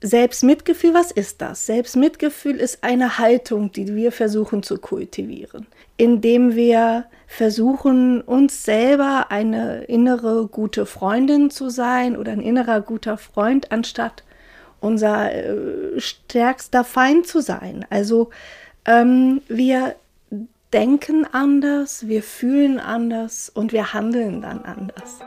Selbstmitgefühl, was ist das? Selbstmitgefühl ist eine Haltung, die wir versuchen zu kultivieren, indem wir versuchen, uns selber eine innere gute Freundin zu sein oder ein innerer guter Freund, anstatt unser stärkster Feind zu sein. Also wir denken anders, wir fühlen anders und wir handeln dann anders.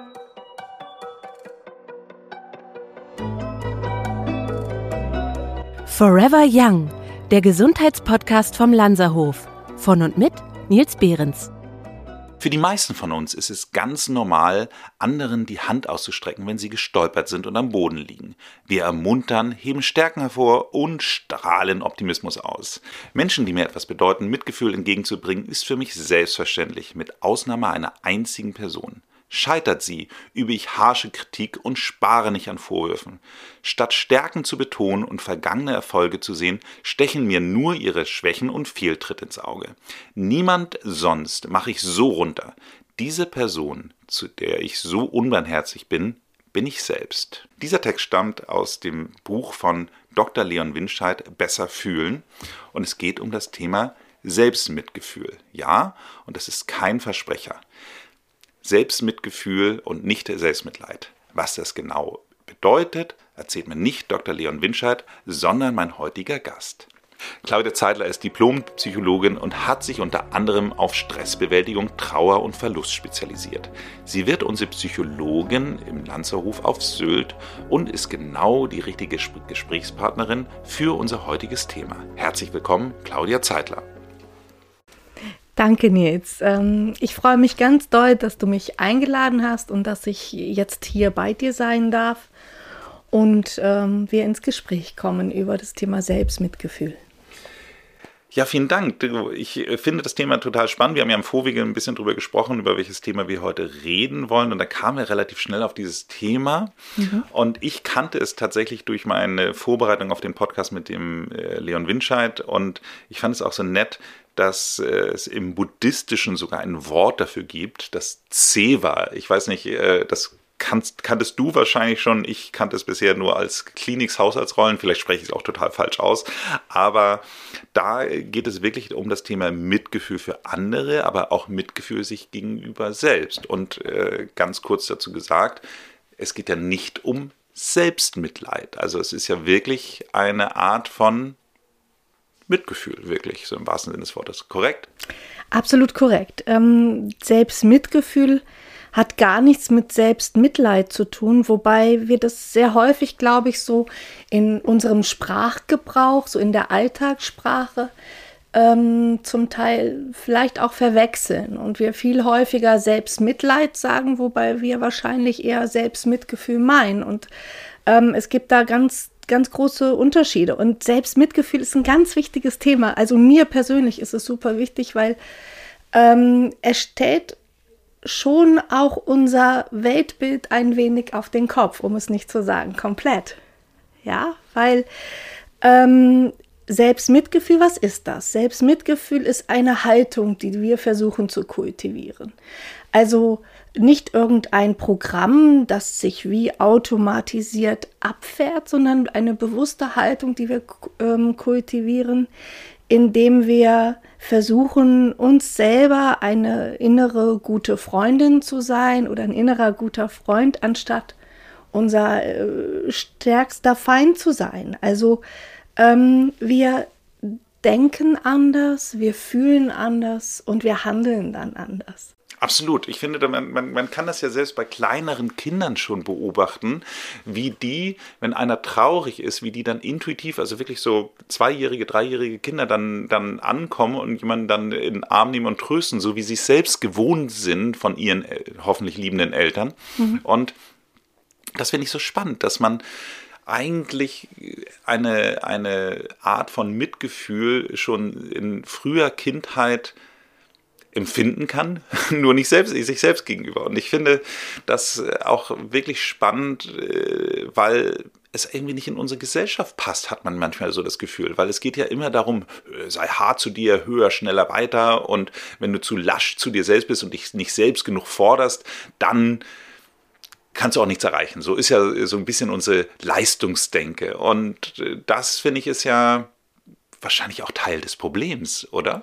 Forever Young, der Gesundheitspodcast vom Lanzerhof. Von und mit Nils Behrens. Für die meisten von uns ist es ganz normal, anderen die Hand auszustrecken, wenn sie gestolpert sind und am Boden liegen. Wir ermuntern, heben Stärken hervor und strahlen Optimismus aus. Menschen, die mir etwas bedeuten, Mitgefühl entgegenzubringen, ist für mich selbstverständlich, mit Ausnahme einer einzigen Person. Scheitert sie, übe ich harsche Kritik und spare nicht an Vorwürfen. Statt Stärken zu betonen und vergangene Erfolge zu sehen, stechen mir nur ihre Schwächen und Fehltritte ins Auge. Niemand sonst mache ich so runter. Diese Person, zu der ich so unbarmherzig bin, bin ich selbst. Dieser Text stammt aus dem Buch von Dr. Leon Winscheid, Besser fühlen, und es geht um das Thema Selbstmitgefühl. Ja, und das ist kein Versprecher. Selbstmitgefühl und nicht Selbstmitleid. Was das genau bedeutet, erzählt mir nicht Dr. Leon Winscheid, sondern mein heutiger Gast. Claudia Zeitler ist Diplompsychologin und hat sich unter anderem auf Stressbewältigung, Trauer und Verlust spezialisiert. Sie wird unsere Psychologin im Lanzerhof auf Sylt und ist genau die richtige Gesprächspartnerin für unser heutiges Thema. Herzlich willkommen, Claudia Zeitler. Danke, Nils. Ich freue mich ganz doll, dass du mich eingeladen hast und dass ich jetzt hier bei dir sein darf und wir ins Gespräch kommen über das Thema Selbstmitgefühl. Ja, vielen Dank. Ich finde das Thema total spannend. Wir haben ja im Vorwege ein bisschen drüber gesprochen, über welches Thema wir heute reden wollen. Und da kamen wir relativ schnell auf dieses Thema. Und ich kannte es tatsächlich durch meine Vorbereitung auf den Podcast mit dem Leon Winscheid. Und ich fand es auch so nett, dass es im Buddhistischen sogar ein Wort dafür gibt, das Zewa. Ich weiß nicht, das kanntest du wahrscheinlich schon. Ich kannte es bisher nur als Kliniks-Haushaltsrollen. Vielleicht spreche ich es auch total falsch aus. Aber da geht es wirklich um das Thema Mitgefühl für andere, aber auch Mitgefühl sich gegenüber selbst. Und ganz kurz dazu gesagt, es geht ja nicht um Selbstmitleid. Also es ist ja wirklich eine Art von Mitgefühl, wirklich, so im wahrsten Sinne des Wortes. Korrekt? Absolut korrekt. Selbstmitgefühl hat gar nichts mit Selbstmitleid zu tun, wobei wir das sehr häufig, glaube ich, so in unserem Sprachgebrauch, so in der Alltagssprache zum Teil vielleicht auch verwechseln und wir viel häufiger Selbstmitleid sagen, wobei wir wahrscheinlich eher Selbstmitgefühl meinen. Und es gibt da ganz große Unterschiede. Und Selbstmitgefühl ist ein ganz wichtiges Thema. Also mir persönlich ist es super wichtig, weil es stellt schon auch unser Weltbild ein wenig auf den Kopf, um es nicht zu sagen, komplett. Ja, weil Selbstmitgefühl, was ist das? Selbstmitgefühl ist eine Haltung, die wir versuchen zu kultivieren. Also nicht irgendein Programm, das sich wie automatisiert abfährt, sondern eine bewusste Haltung, die wir kultivieren, indem wir versuchen, uns selber eine innere gute Freundin zu sein oder ein innerer guter Freund, anstatt unser stärkster Feind zu sein. Also wir denken anders, wir fühlen anders und wir handeln dann anders. Absolut. Ich finde, man kann das ja selbst bei kleineren Kindern schon beobachten, wie die, wenn einer traurig ist, wie die dann intuitiv, also wirklich so 2-jährige, 3-jährige Kinder dann ankommen und jemanden dann in den Arm nehmen und trösten, so wie sie es selbst gewohnt sind von ihren hoffentlich liebenden Eltern. Und das finde ich so spannend, dass man eigentlich eine Art von Mitgefühl schon in früher Kindheit empfinden kann, nur nicht sich selbst gegenüber. Und ich finde das auch wirklich spannend, weil es irgendwie nicht in unsere Gesellschaft passt, hat man manchmal so das Gefühl. Weil es geht ja immer darum, sei hart zu dir, höher, schneller, weiter. Und wenn du zu lasch zu dir selbst bist und dich nicht selbst genug forderst, dann kannst du auch nichts erreichen. So ist ja so ein bisschen unsere Leistungsdenke. Und das, finde ich, ist ja wahrscheinlich auch Teil des Problems, oder?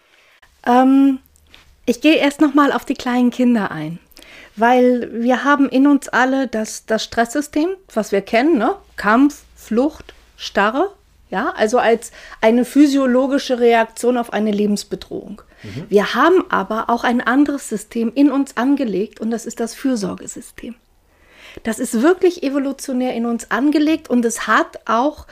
Ich gehe erst nochmal auf die kleinen Kinder ein. Weil wir haben in uns alle das Stresssystem, was wir kennen, ne? Kampf, Flucht, Starre, ja, also als eine physiologische Reaktion auf eine Lebensbedrohung. Wir haben aber auch ein anderes System in uns angelegt und das ist das Fürsorgesystem. Das ist wirklich evolutionär in uns angelegt und es hat auch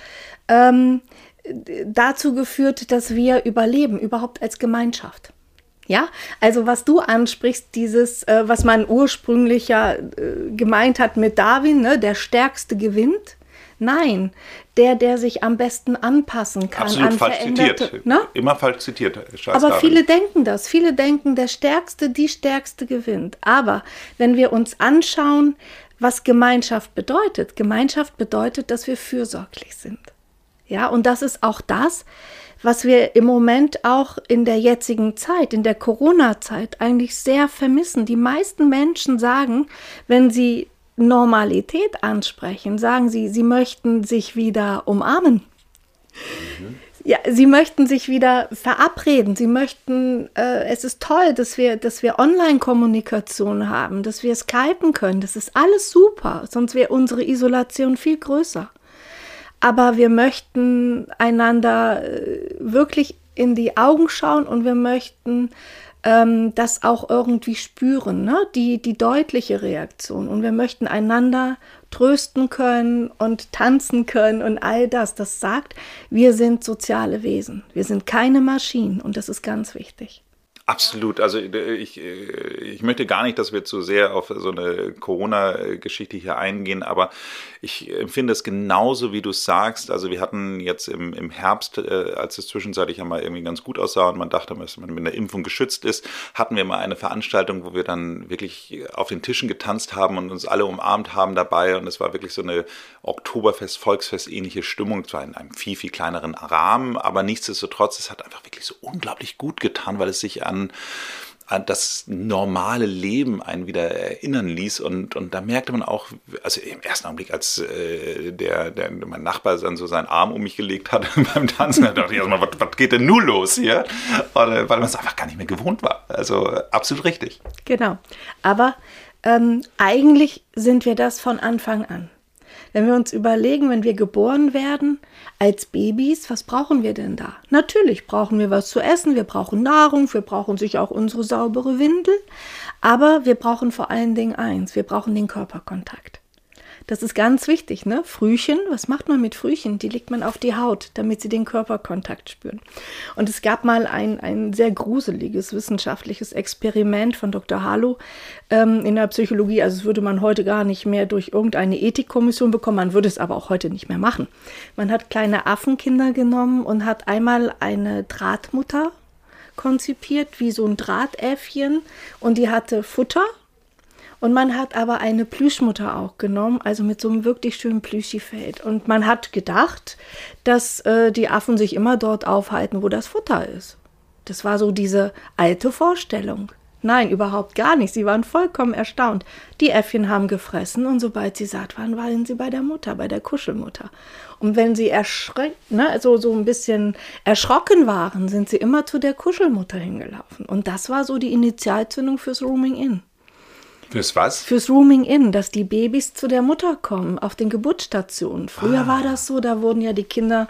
dazu geführt, dass wir überleben, überhaupt als Gemeinschaft. Ja, also was du ansprichst, dieses, was man ursprünglich ja gemeint hat mit Darwin, ne, der Stärkste gewinnt. Nein, der sich am besten anpassen kann. Absolut an falsch zitiert. Ne? Immer falsch zitiert. Aber Darwin. Viele denken das. Viele denken, der Stärkste, die Stärkste gewinnt. Aber wenn wir uns anschauen, was Gemeinschaft bedeutet, dass wir fürsorglich sind. Ja, und das ist auch das, was wir im Moment auch in der jetzigen Zeit, in der Corona-Zeit eigentlich sehr vermissen. Die meisten Menschen sagen, wenn sie Normalität ansprechen, sagen sie möchten sich wieder umarmen. Ja, sie möchten sich wieder verabreden. Sie möchten, es ist toll, dass wir Online-Kommunikation haben, dass wir skypen können. Das ist alles super, sonst wäre unsere Isolation viel größer. Aber wir möchten einander wirklich in die Augen schauen und wir möchten das auch irgendwie spüren, ne? Die deutliche Reaktion. Und wir möchten einander trösten können und tanzen können und all das. Das sagt, wir sind soziale Wesen. Wir sind keine Maschinen und das ist ganz wichtig. Absolut. Also ich möchte gar nicht, dass wir zu sehr auf so eine Corona-Geschichte hier eingehen, aber ich empfinde es genauso, wie du es sagst. Also wir hatten jetzt im Herbst, als es zwischenzeitlich einmal irgendwie ganz gut aussah und man dachte, dass man mit einer Impfung geschützt ist, hatten wir mal eine Veranstaltung, wo wir dann wirklich auf den Tischen getanzt haben und uns alle umarmt haben dabei und es war wirklich so eine Oktoberfest-, Volksfest-ähnliche Stimmung, zwar in einem viel, viel kleineren Rahmen, aber nichtsdestotrotz, es hat einfach wirklich so unglaublich gut getan, weil es sich an das normale Leben einen wieder erinnern ließ und da merkte man auch, also im ersten Augenblick, als mein Nachbar dann so seinen Arm um mich gelegt hat beim Tanzen, da dachte ich erstmal, was geht denn nun los hier? Weil man es einfach gar nicht mehr gewohnt war. Also absolut richtig. Genau, aber eigentlich sind wir das von Anfang an. Wenn wir uns überlegen, wenn wir geboren werden als Babys, was brauchen wir denn da? Natürlich brauchen wir was zu essen, wir brauchen Nahrung, wir brauchen sicher auch unsere saubere Windel, aber wir brauchen vor allen Dingen eins, wir brauchen den Körperkontakt. Das ist ganz wichtig, ne? Frühchen, was macht man mit Frühchen? Die legt man auf die Haut, damit sie den Körperkontakt spüren. Und es gab mal ein sehr gruseliges wissenschaftliches Experiment von Dr. Harlow in der Psychologie. Also das würde man heute gar nicht mehr durch irgendeine Ethikkommission bekommen. Man würde es aber auch heute nicht mehr machen. Man hat kleine Affenkinder genommen und hat einmal eine Drahtmutter konzipiert, wie so ein Drahtäffchen. Und die hatte Futter. Und man hat aber eine Plüschmutter auch genommen, also mit so einem wirklich schönen Plüschifeld. Und man hat gedacht, dass die Affen sich immer dort aufhalten, wo das Futter ist. Das war so diese alte Vorstellung. Nein, überhaupt gar nicht. Sie waren vollkommen erstaunt. Die Äffchen haben gefressen und sobald sie satt waren, waren sie bei der Mutter, bei der Kuschelmutter. Und wenn sie so ein bisschen erschrocken waren, sind sie immer zu der Kuschelmutter hingelaufen. Und das war so die Initialzündung fürs Rooming In. Fürs was? Fürs Rooming In, dass die Babys zu der Mutter kommen, auf den Geburtsstationen. Früher war das so, da wurden ja die Kinder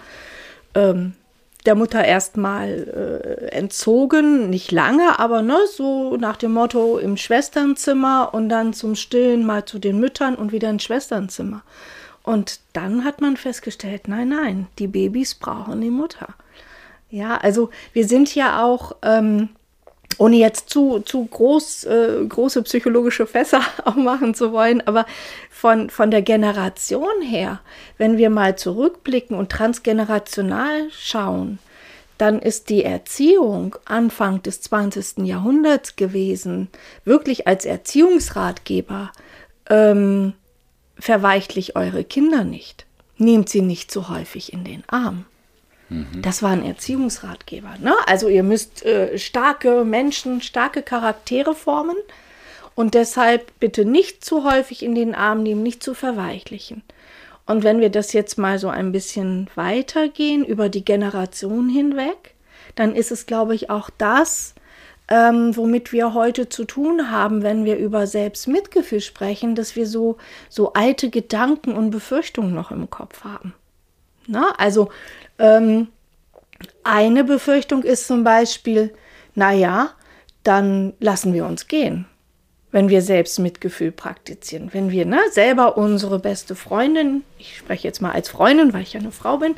der Mutter erstmal entzogen, nicht lange, aber so nach dem Motto im Schwesternzimmer und dann zum Stillen mal zu den Müttern und wieder ins Schwesternzimmer. Und dann hat man festgestellt, nein, die Babys brauchen die Mutter. Ja, also wir sind ja auch... ohne jetzt zu große psychologische Fässer aufmachen zu wollen, aber von der Generation her, wenn wir mal zurückblicken und transgenerational schauen, dann ist die Erziehung Anfang des 20. Jahrhunderts gewesen, wirklich als Erziehungsratgeber, verweichlicht eure Kinder nicht, nehmt sie nicht so häufig in den Arm. Das war ein Erziehungsratgeber. Ne? Also ihr müsst starke Menschen, starke Charaktere formen Und deshalb bitte nicht zu häufig in den Arm nehmen, nicht zu verweichlichen. Und wenn wir das jetzt mal so ein bisschen weitergehen über die Generation hinweg, dann ist es, glaube ich, auch das, womit wir heute zu tun haben, wenn wir über Selbstmitgefühl sprechen, dass wir so alte Gedanken und Befürchtungen noch im Kopf haben. Na, also eine Befürchtung ist zum Beispiel, dann lassen wir uns gehen, wenn wir Selbstmitgefühl praktizieren. Wenn wir selber unsere beste Freundin, ich spreche jetzt mal als Freundin, weil ich ja eine Frau bin,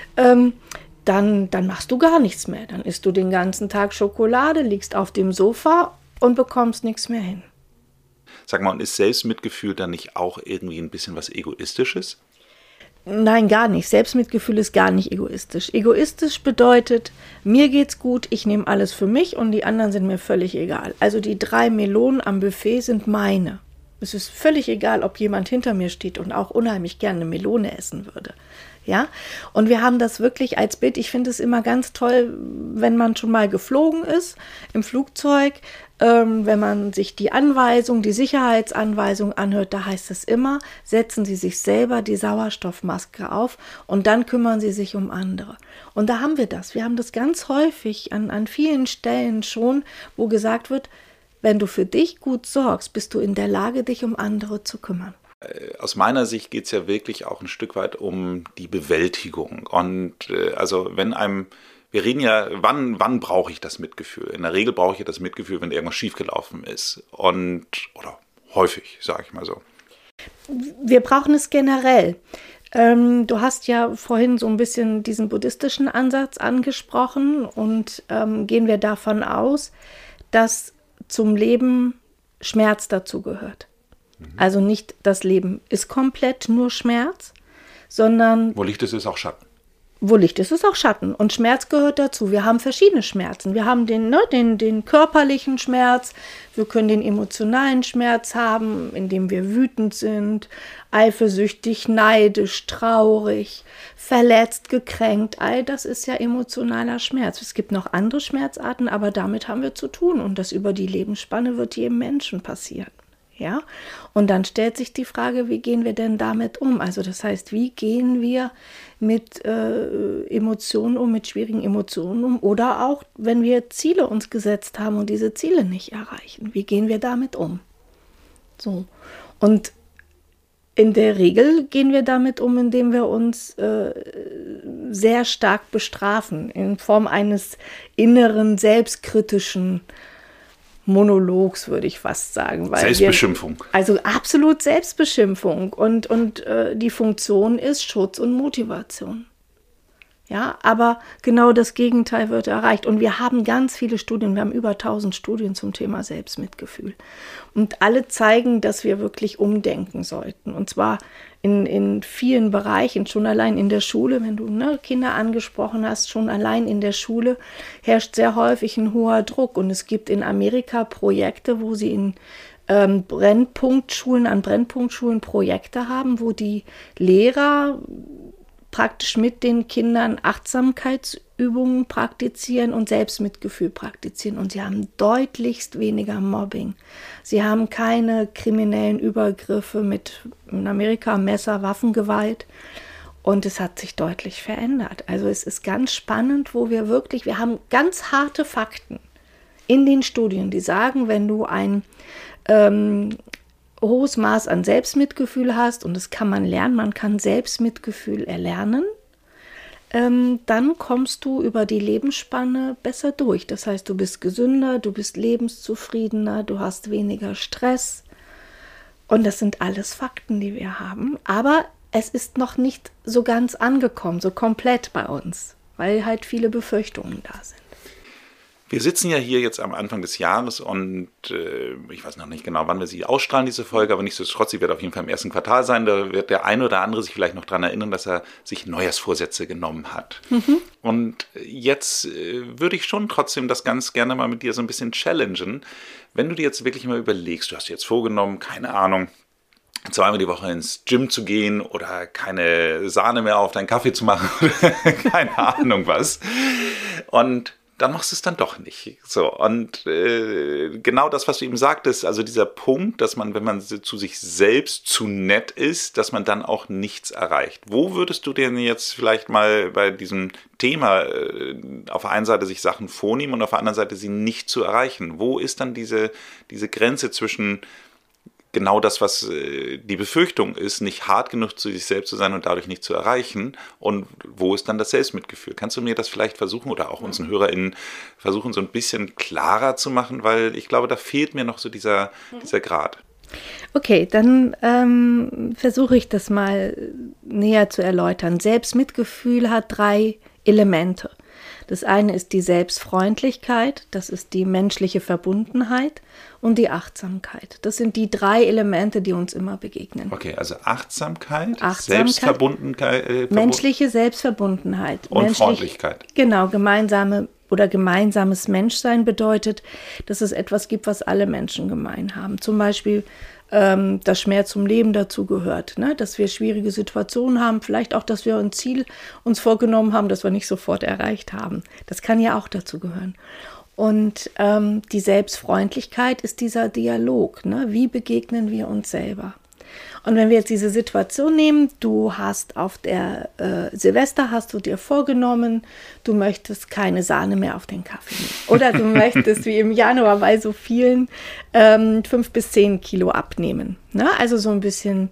dann machst du gar nichts mehr. Dann isst du den ganzen Tag Schokolade, liegst auf dem Sofa und bekommst nichts mehr hin. Sag mal, und ist Selbstmitgefühl dann nicht auch irgendwie ein bisschen was Egoistisches? Nein, gar nicht. Selbstmitgefühl ist gar nicht egoistisch. Egoistisch bedeutet, mir geht's gut, ich nehme alles für mich und die anderen sind mir völlig egal. Also die 3 Melonen am Buffet sind meine. Es ist völlig egal, ob jemand hinter mir steht und auch unheimlich gerne eine Melone essen würde. Ja, und wir haben das wirklich als Bild. Ich finde es immer ganz toll, wenn man schon mal geflogen ist im Flugzeug, wenn man sich die Sicherheitsanweisung anhört, da heißt es immer, setzen Sie sich selber die Sauerstoffmaske auf und dann kümmern Sie sich um andere. Und da haben wir das. Wir haben das ganz häufig an vielen Stellen schon, wo gesagt wird, wenn du für dich gut sorgst, bist du in der Lage, dich um andere zu kümmern. Aus meiner Sicht geht es ja wirklich auch ein Stück weit um die Bewältigung. Und also wir reden ja, wann brauche ich das Mitgefühl? In der Regel brauche ich ja das Mitgefühl, wenn irgendwas schiefgelaufen ist. Oder häufig, sage ich mal so. Wir brauchen es generell. Du hast ja vorhin so ein bisschen diesen buddhistischen Ansatz angesprochen und gehen wir davon aus, dass zum Leben Schmerz dazu gehört. Also nicht das Leben ist komplett nur Schmerz, sondern... Wo Licht ist, ist auch Schatten. Wo Licht ist, ist auch Schatten. Und Schmerz gehört dazu. Wir haben verschiedene Schmerzen. Wir haben den körperlichen Schmerz, wir können den emotionalen Schmerz haben, indem wir wütend sind, eifersüchtig, neidisch, traurig, verletzt, gekränkt. All das ist ja emotionaler Schmerz. Es gibt noch andere Schmerzarten, aber damit haben wir zu tun. Und das über die Lebensspanne wird jedem Menschen passieren. Ja, und dann stellt sich die Frage, wie gehen wir denn damit um? Also das heißt, wie gehen wir mit Emotionen um, mit schwierigen Emotionen um? Oder auch, wenn wir Ziele uns gesetzt haben und diese Ziele nicht erreichen, wie gehen wir damit um? So, und in der Regel gehen wir damit um, indem wir uns sehr stark bestrafen, in Form eines inneren, selbstkritischen Monologs, würde ich fast sagen. Weil Selbstbeschimpfung. Also absolut Selbstbeschimpfung. Und die Funktion ist Schutz und Motivation. Ja, aber genau das Gegenteil wird erreicht. Und wir haben ganz viele Studien, wir haben über 1000 Studien zum Thema Selbstmitgefühl. Und alle zeigen, dass wir wirklich umdenken sollten. Und zwar in vielen Bereichen, schon allein in der Schule, wenn du Kinder angesprochen hast, schon allein in der Schule herrscht sehr häufig ein hoher Druck. Und es gibt in Amerika Projekte, wo sie in an Brennpunktschulen Projekte haben, wo die Lehrer praktisch mit den Kindern Achtsamkeitsübungen praktizieren und Selbstmitgefühl praktizieren. Und sie haben deutlichst weniger Mobbing. Sie haben keine kriminellen Übergriffe mit, in Amerika, Messer, Waffengewalt. Und es hat sich deutlich verändert. Also es ist ganz spannend, wir haben ganz harte Fakten in den Studien, die sagen, wenn du ein hohes Maß an Selbstmitgefühl hast, und das kann man lernen, man kann Selbstmitgefühl erlernen, dann kommst du über die Lebensspanne besser durch. Das heißt, du bist gesünder, du bist lebenszufriedener, du hast weniger Stress. Und das sind alles Fakten, die wir haben. Aber es ist noch nicht so ganz angekommen, so komplett bei uns, weil halt viele Befürchtungen da sind. Wir sitzen ja hier jetzt am Anfang des Jahres und ich weiß noch nicht genau, wann wir sie ausstrahlen, diese Folge, aber nichtsdestotrotz, sie wird auf jeden Fall im ersten Quartal sein. Da wird der eine oder andere sich vielleicht noch daran erinnern, dass er sich Neujahrsvorsätze genommen hat. Mhm. Und jetzt würde ich schon trotzdem das ganz gerne mal mit dir so ein bisschen challengen. Wenn du dir jetzt wirklich mal überlegst, du hast dir jetzt vorgenommen, keine Ahnung, 2-mal die Woche ins Gym zu gehen oder keine Sahne mehr auf deinen Kaffee zu machen oder keine Ahnung was. Und dann machst du es dann doch nicht. So, und genau das, was du eben sagtest, also dieser Punkt, dass man, wenn man zu sich selbst zu nett ist, dass man dann auch nichts erreicht. Wo würdest du denn jetzt vielleicht mal bei diesem Thema auf der einen Seite sich Sachen vornehmen und auf der anderen Seite sie nicht zu erreichen? Wo ist dann diese Grenze zwischen genau das, was die Befürchtung ist, nicht hart genug zu sich selbst zu sein und dadurch nicht zu erreichen? Und wo ist dann das Selbstmitgefühl? Kannst du mir das vielleicht versuchen oder auch unseren HörerInnen versuchen, so ein bisschen klarer zu machen? Weil ich glaube, da fehlt mir noch so dieser Grad. Okay, dann versuche ich das mal näher zu erläutern. Selbstmitgefühl hat 3 Elemente. Das eine ist die Selbstfreundlichkeit, das ist die menschliche Verbundenheit und die Achtsamkeit. Das sind die 3 Elemente, die uns immer begegnen. Okay, also Achtsamkeit, Selbstverbundenheit. Menschliche Selbstverbundenheit. Und Freundlichkeit. Genau, gemeinsames Menschsein bedeutet, dass es etwas gibt, was alle Menschen gemein haben. Zum Beispiel, dass Schmerz zum Leben dazugehört, ne? Dass wir schwierige Situationen haben, vielleicht auch, dass wir ein Ziel uns vorgenommen haben, das wir nicht sofort erreicht haben. Das kann ja auch dazu gehören. Und die Selbstfreundlichkeit ist dieser Dialog, ne? Wie begegnen wir uns selber? Und wenn wir jetzt diese Situation nehmen, du hast auf der Silvester hast du dir vorgenommen, du möchtest keine Sahne mehr auf den Kaffee nehmen. Oder du möchtest wie im Januar bei so vielen 5 bis 10 Kilo abnehmen. Ne? Also so ein bisschen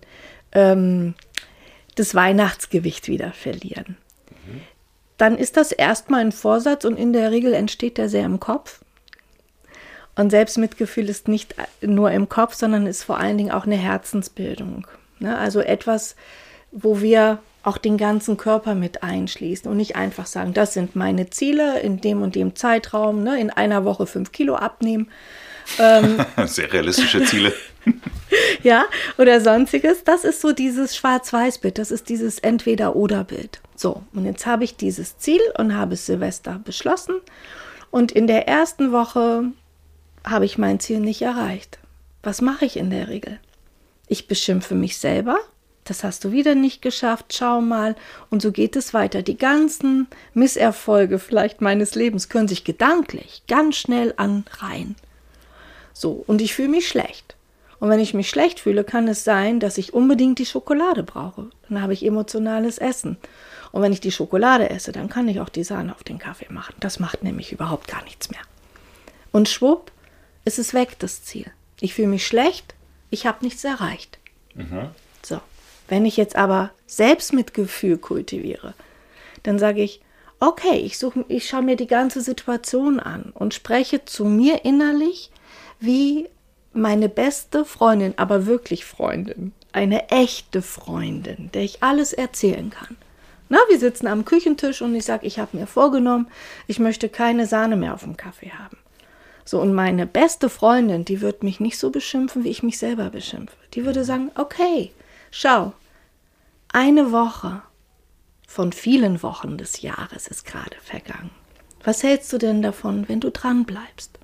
das Weihnachtsgewicht wieder verlieren. Dann ist das erstmal ein Vorsatz und in der Regel entsteht der sehr im Kopf. Und Selbstmitgefühl ist nicht nur im Kopf, sondern ist vor allen Dingen auch eine Herzensbildung. Ne? Also etwas, wo wir auch den ganzen Körper mit einschließen und nicht einfach sagen, das sind meine Ziele in dem und dem Zeitraum, ne? In einer Woche 5 Kilo abnehmen. Sehr realistische Ziele. Ja, oder sonstiges. Das ist so dieses Schwarz-Weiß-Bild, das ist dieses Entweder-Oder-Bild. So, und jetzt habe ich dieses Ziel und habe es Silvester beschlossen. Und in der ersten Woche habe ich mein Ziel nicht erreicht. Was mache ich in der Regel? Ich beschimpfe mich selber. Das hast du wieder nicht geschafft. Schau mal. Und so geht es weiter. Die ganzen Misserfolge vielleicht meines Lebens können sich gedanklich ganz schnell anreihen. So, und ich fühle mich schlecht. Und wenn ich mich schlecht fühle, kann es sein, dass ich unbedingt die Schokolade brauche. Dann habe ich emotionales Essen. Und wenn ich die Schokolade esse, dann kann ich auch die Sahne auf den Kaffee machen. Das macht nämlich überhaupt gar nichts mehr. Und schwupp, ist es weg, das Ziel. Ich fühle mich schlecht, ich habe nichts erreicht. So, wenn ich jetzt aber Selbstmitgefühl kultiviere, dann sage ich, okay, ich schaue mir die ganze Situation an und spreche zu mir innerlich wie meine beste Freundin, aber wirklich Freundin, eine echte Freundin, der ich alles erzählen kann. Na, wir sitzen am Küchentisch und ich sage, ich habe mir vorgenommen, ich möchte keine Sahne mehr auf dem Kaffee haben. So, und meine beste Freundin, die wird mich nicht so beschimpfen, wie ich mich selber beschimpfe. Die würde sagen, okay, schau, eine Woche von vielen Wochen des Jahres ist gerade vergangen. Was hältst du denn davon, wenn du dran bleibst?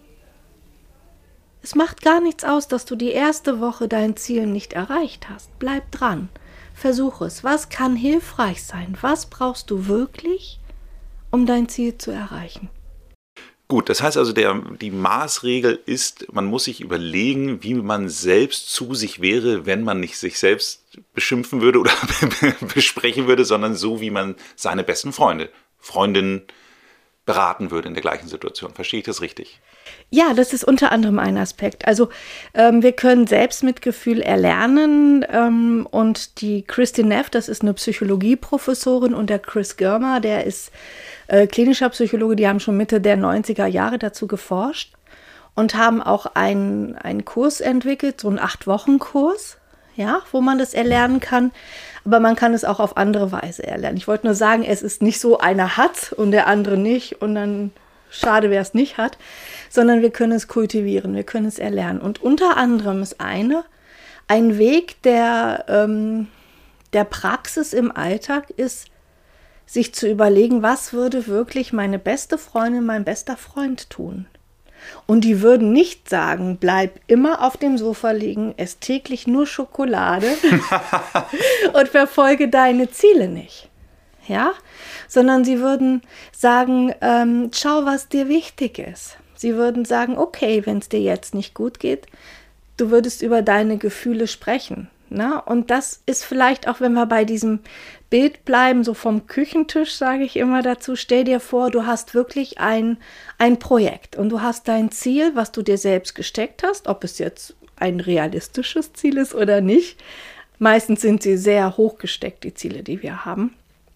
Es macht gar nichts aus, dass du die erste Woche dein Ziel nicht erreicht hast. Bleib dran, versuch es. Was kann hilfreich sein? Was brauchst du wirklich, um dein Ziel zu erreichen? Gut, das heißt also, die Maßregel ist, man muss sich überlegen, wie man selbst zu sich wäre, wenn man nicht sich selbst beschimpfen würde oder besprechen würde, sondern so, wie man seine besten Freundinnen beraten würde in der gleichen Situation. Verstehe ich das richtig? Ja, das ist unter anderem ein Aspekt. Also wir können Selbstmitgefühl erlernen und die Kristin Neff, das ist eine Psychologieprofessorin, und der Chris Germer, der ist klinischer Psychologe, die haben schon Mitte der 90er Jahre dazu geforscht und haben auch einen Kurs entwickelt, so einen 8-Wochen-Kurs, ja, wo man das erlernen kann. Aber man kann es auch auf andere Weise erlernen. Ich wollte nur sagen, es ist nicht so, einer hat und der andere nicht und dann schade, wer es nicht hat, sondern wir können es kultivieren, wir können es erlernen. Und unter anderem ist ein Weg der Praxis im Alltag ist, sich zu überlegen, was würde wirklich meine beste Freundin, mein bester Freund tun. Und die würden nicht sagen, bleib immer auf dem Sofa liegen, ess täglich nur Schokolade und verfolge deine Ziele nicht. ja, sondern sie würden sagen, schau, was dir wichtig ist. Sie würden sagen, okay, wenn es dir jetzt nicht gut geht, du würdest über deine Gefühle sprechen. Ne? Und das ist vielleicht auch, wenn wir bei diesem Bild bleiben, so vom Küchentisch, sage ich immer dazu, stell dir vor, du hast wirklich ein Projekt und du hast dein Ziel, was du dir selbst gesteckt hast, ob es jetzt ein realistisches Ziel ist oder nicht. Meistens sind sie sehr hoch gesteckt, die Ziele, die wir haben.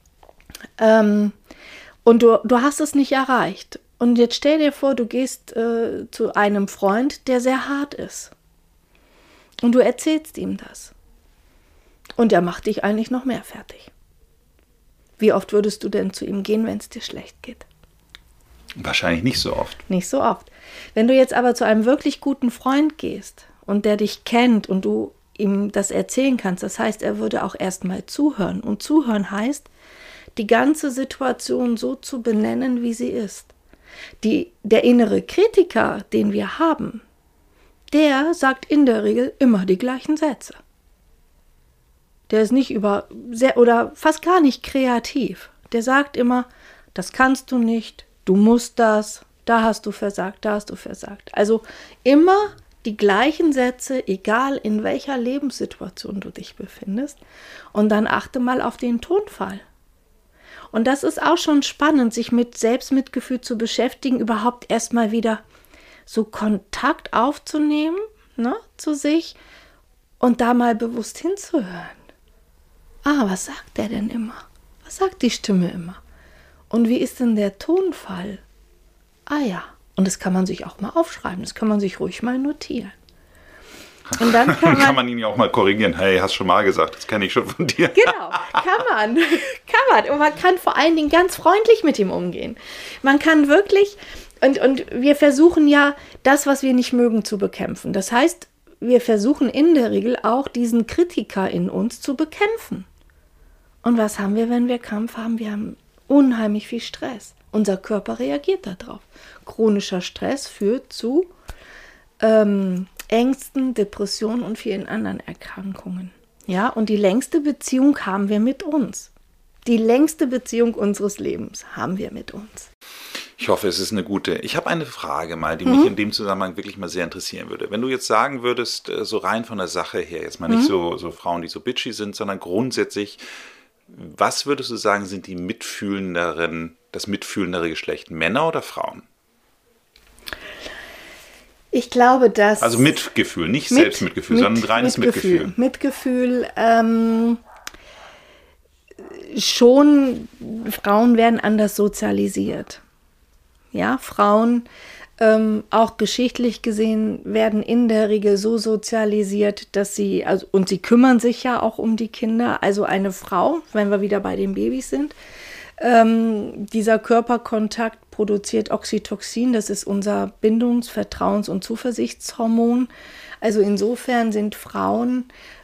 Und du hast es nicht erreicht. Und jetzt stell dir vor, du gehst zu einem Freund, der sehr hart ist. Und du erzählst ihm das. Und er macht dich eigentlich noch mehr fertig. Wie oft würdest du denn zu ihm gehen, wenn es dir schlecht geht? Wahrscheinlich nicht so oft. Nicht so oft. Wenn du jetzt aber zu einem wirklich guten Freund gehst und der dich kennt und du ihm das erzählen kannst, das heißt, er würde auch erstmal zuhören. Und zuhören heißt, die ganze Situation so zu benennen, wie sie ist. Der innere Kritiker, den wir haben, der sagt in der Regel immer die gleichen Sätze. Der ist nicht oder fast gar nicht kreativ. Der sagt immer, das kannst du nicht, du musst das, da hast du versagt, da hast du versagt. Also immer die gleichen Sätze, egal in welcher Lebenssituation du dich befindest. Und dann achte mal auf den Tonfall. Und das ist auch schon spannend, sich mit Selbstmitgefühl zu beschäftigen, überhaupt erstmal wieder so Kontakt aufzunehmen, ne, zu sich und da mal bewusst hinzuhören. Was sagt der denn immer? Was sagt die Stimme immer? Und wie ist denn der Tonfall? Ja, und das kann man sich auch mal aufschreiben, das kann man sich ruhig mal notieren. Und dann kann man ihn ja auch mal korrigieren. Hey, hast schon mal gesagt, das kenne ich schon von dir. Genau, kann man. Und man kann vor allen Dingen ganz freundlich mit ihm umgehen. Man kann wirklich, und wir versuchen ja, das, was wir nicht mögen, zu bekämpfen. Das heißt, wir versuchen in der Regel auch, diesen Kritiker in uns zu bekämpfen. Und was haben wir, wenn wir Kampf haben? Wir haben unheimlich viel Stress. Unser Körper reagiert darauf. Chronischer Stress führt zu Ängsten, Depressionen und vielen anderen Erkrankungen. Ja, und die längste Beziehung haben wir mit uns. Die längste Beziehung unseres Lebens haben wir mit uns. Ich hoffe, es ist eine gute. Ich habe eine Frage mal, die mich in dem Zusammenhang wirklich mal sehr interessieren würde. Wenn du jetzt sagen würdest, so rein von der Sache her, jetzt mal nicht so Frauen, die so bitchy sind, sondern grundsätzlich, was würdest du sagen, sind das mitfühlendere Geschlecht, Männer oder Frauen? Ich glaube, dass... Also Mitgefühl, nicht Selbstmitgefühl, sondern reines Mitgefühl. Mitgefühl, schon, Frauen werden anders sozialisiert. Ja, Frauen, auch geschichtlich gesehen, werden in der Regel so sozialisiert, dass sie, und sie kümmern sich ja auch um die Kinder. Also eine Frau, wenn wir wieder bei den Babys sind, dieser Körperkontakt produziert Oxytocin, das ist unser Bindungs-, Vertrauens- und Zuversichtshormon. Also insofern sind Frauen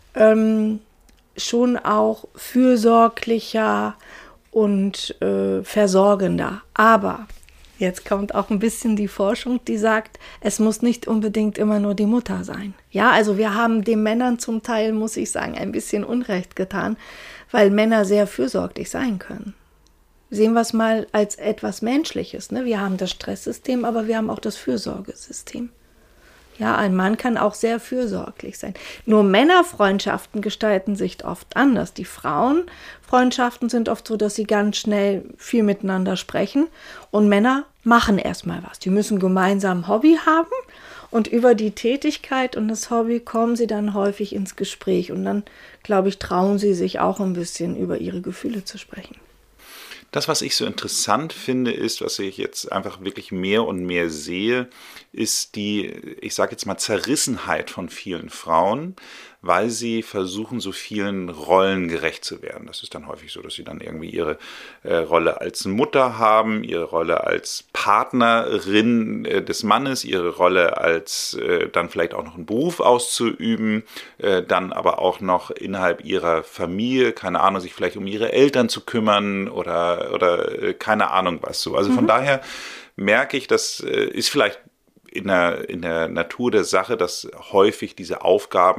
schon auch fürsorglicher und versorgender. Aber jetzt kommt auch ein bisschen die Forschung, die sagt, es muss nicht unbedingt immer nur die Mutter sein. Ja, also wir haben den Männern zum Teil, muss ich sagen, ein bisschen Unrecht getan, weil Männer sehr fürsorglich sein können. Sehen wir es mal als etwas Menschliches. Ne? Wir haben das Stresssystem, aber wir haben auch das Fürsorgesystem. Ja, ein Mann kann auch sehr fürsorglich sein. Nur Männerfreundschaften gestalten sich oft anders. Die Frauenfreundschaften sind oft so, dass sie ganz schnell viel miteinander sprechen. Und Männer machen erstmal was. Die müssen gemeinsam ein Hobby haben. Und über die Tätigkeit und das Hobby kommen sie dann häufig ins Gespräch. Und dann, glaube ich, trauen sie sich auch ein bisschen über ihre Gefühle zu sprechen. Das, was ich so interessant finde, ist, was ich jetzt einfach wirklich mehr und mehr sehe, ist die, ich sage jetzt mal, Zerrissenheit von vielen Frauen, weil sie versuchen, so vielen Rollen gerecht zu werden. Das ist dann häufig so, dass sie dann irgendwie ihre Rolle als Mutter haben, ihre Rolle als Partnerin des Mannes, ihre Rolle als dann vielleicht auch noch einen Beruf auszuüben, dann aber auch noch innerhalb ihrer Familie, keine Ahnung, sich vielleicht um ihre Eltern zu kümmern oder keine Ahnung was so. Also von daher merke ich, das ist vielleicht in der Natur der Sache, dass häufig diese Aufgaben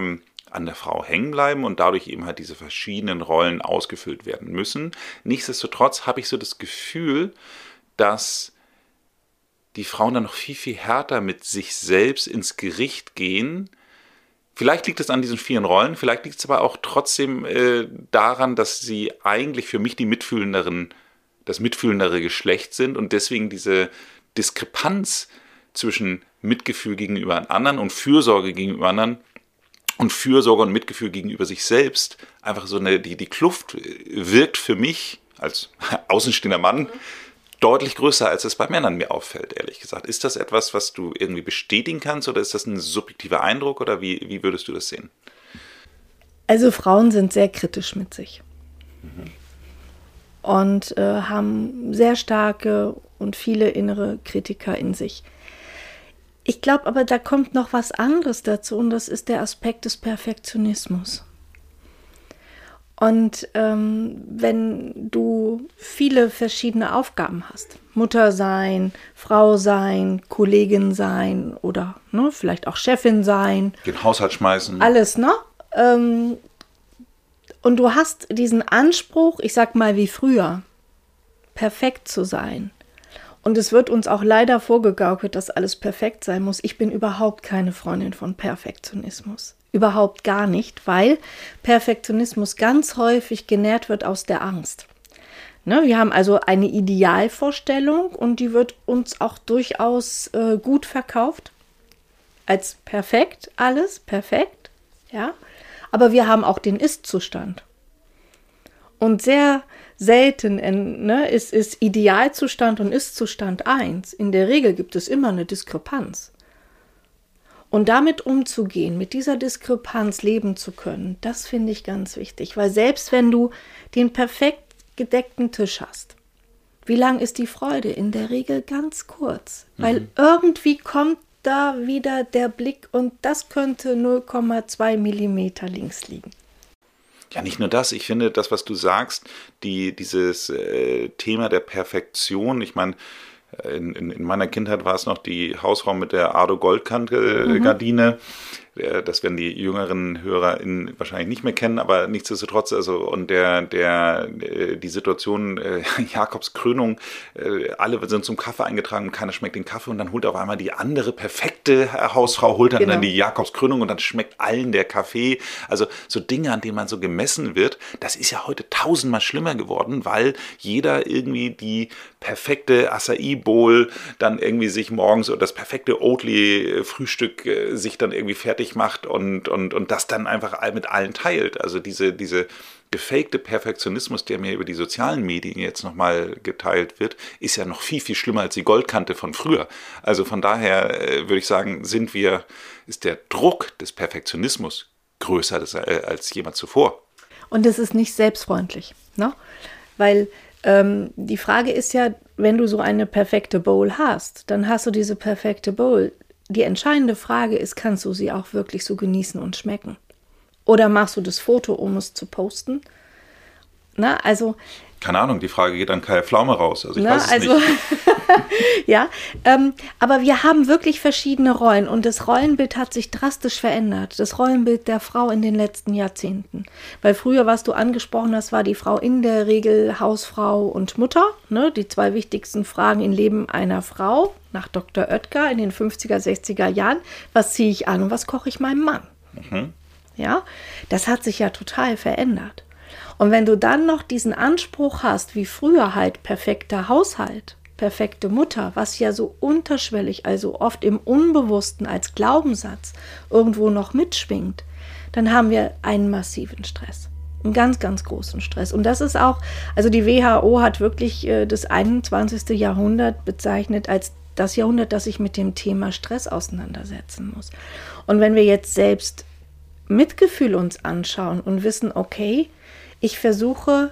an der Frau hängen bleiben und dadurch eben halt diese verschiedenen Rollen ausgefüllt werden müssen. Nichtsdestotrotz habe ich so das Gefühl, dass die Frauen dann noch viel, viel härter mit sich selbst ins Gericht gehen. Vielleicht liegt es an diesen 4 Rollen, vielleicht liegt es aber auch trotzdem daran, dass sie eigentlich für mich das mitfühlendere Geschlecht sind und deswegen diese Diskrepanz zwischen Mitgefühl gegenüber anderen und Fürsorge gegenüber anderen und Fürsorge und Mitgefühl gegenüber sich selbst einfach so die Kluft wirkt für mich als außenstehender Mann deutlich größer, als es bei Männern mir auffällt, ehrlich gesagt. Ist das etwas, was du irgendwie bestätigen kannst oder ist das ein subjektiver Eindruck oder wie würdest du das sehen? Also Frauen sind sehr kritisch mit sich und haben sehr starke und viele innere Kritiker in sich. Ich glaube aber, da kommt noch was anderes dazu und das ist der Aspekt des Perfektionismus. Und wenn du viele verschiedene Aufgaben hast, Mutter sein, Frau sein, Kollegin sein oder vielleicht auch Chefin sein. Den Haushalt schmeißen. Alles, ne? Und du hast diesen Anspruch, ich sag mal wie früher, perfekt zu sein. Und es wird uns auch leider vorgegaukelt, dass alles perfekt sein muss. Ich bin überhaupt keine Freundin von Perfektionismus. Überhaupt gar nicht, weil Perfektionismus ganz häufig genährt wird aus der Angst. Ne, wir haben also eine Idealvorstellung und die wird uns auch durchaus gut verkauft. Als perfekt, alles perfekt, ja. Aber wir haben auch den Ist-Zustand. Und sehr selten ist Idealzustand und Ist-Zustand eins. In der Regel gibt es immer eine Diskrepanz. Und damit umzugehen, mit dieser Diskrepanz leben zu können, das finde ich ganz wichtig. Weil selbst wenn du den perfekt gedeckten Tisch hast, wie lang ist die Freude? In der Regel ganz kurz. Weil irgendwie kommt da wieder der Blick und das könnte 0,2 Millimeter links liegen. Ja, nicht nur das. Ich finde, das, was du sagst, dieses Thema der Perfektion, ich meine, in meiner Kindheit war es noch die Hausfrau mit der Ardo-Goldkante-Gardine. Das werden die jüngeren HörerInnen wahrscheinlich nicht mehr kennen, aber nichtsdestotrotz, und die Situation, Jakobs Krönung, alle sind zum Kaffee eingetragen und keiner schmeckt den Kaffee und dann holt auf einmal die andere perfekte Hausfrau, holt dann die Jakobs Krönung und dann schmeckt allen der Kaffee. Also so Dinge, an denen man so gemessen wird, das ist ja heute 1000-mal schlimmer geworden, weil jeder irgendwie die perfekte Acai-Bowl dann irgendwie sich morgens oder das perfekte Oatly-Frühstück sich dann irgendwie fertig macht und das dann einfach mit allen teilt. Also diese gefakte Perfektionismus, der mir über die sozialen Medien jetzt nochmal geteilt wird, ist ja noch viel, viel schlimmer als die Goldkante von früher. Also von daher würde ich sagen, ist der Druck des Perfektionismus größer als jemals zuvor. Und es ist nicht selbstfreundlich, ne? Weil die Frage ist ja, wenn du so eine perfekte Bowl hast, dann hast du diese perfekte Bowl. Die entscheidende Frage ist, kannst du sie auch wirklich so genießen und schmecken? Oder machst du das Foto, um es zu posten? Na, also... Keine Ahnung, die Frage geht an Kai Pflaume raus. Also ich weiß es nicht. Ja, aber wir haben wirklich verschiedene Rollen und das Rollenbild hat sich drastisch verändert. Das Rollenbild der Frau in den letzten Jahrzehnten. Weil früher, was du angesprochen hast, war die Frau in der Regel Hausfrau und Mutter. Ne? Die 2 wichtigsten Fragen im Leben einer Frau, nach Dr. Oetker in den 50er, 60er Jahren. Was ziehe ich an und was koche ich meinem Mann? Ja, das hat sich ja total verändert. Und wenn du dann noch diesen Anspruch hast, wie früher halt perfekter Haushalt, perfekte Mutter, was ja so unterschwellig, also oft im Unbewussten als Glaubenssatz irgendwo noch mitschwingt, dann haben wir einen massiven Stress. Einen ganz, ganz großen Stress. Und das ist auch, also die WHO hat wirklich das 21. Jahrhundert bezeichnet als das Jahrhundert, das sich mit dem Thema Stress auseinandersetzen muss. Und wenn wir jetzt selbst Mitgefühl uns anschauen und wissen, okay, ich versuche,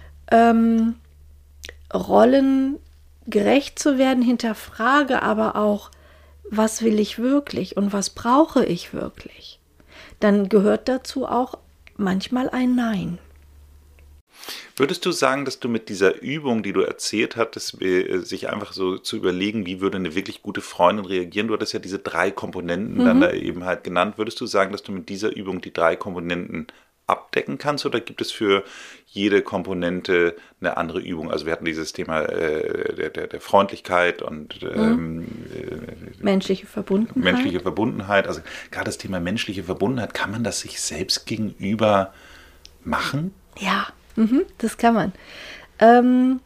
Rollen gerecht zu werden, hinterfrage aber auch, was will ich wirklich und was brauche ich wirklich? Dann gehört dazu auch manchmal ein Nein. Würdest du sagen, dass du mit dieser Übung, die du erzählt hattest, sich einfach so zu überlegen, wie würde eine wirklich gute Freundin reagieren? Du hattest ja diese 3 Komponenten dann da eben halt genannt. Würdest du sagen, dass du mit dieser Übung die 3 Komponenten abdecken kannst oder gibt es für jede Komponente eine andere Übung? Also wir hatten dieses Thema der Freundlichkeit und menschliche Verbundenheit. Menschliche Verbundenheit. Also gerade das Thema menschliche Verbundenheit, kann man das sich selbst gegenüber machen? Ja, das kann man.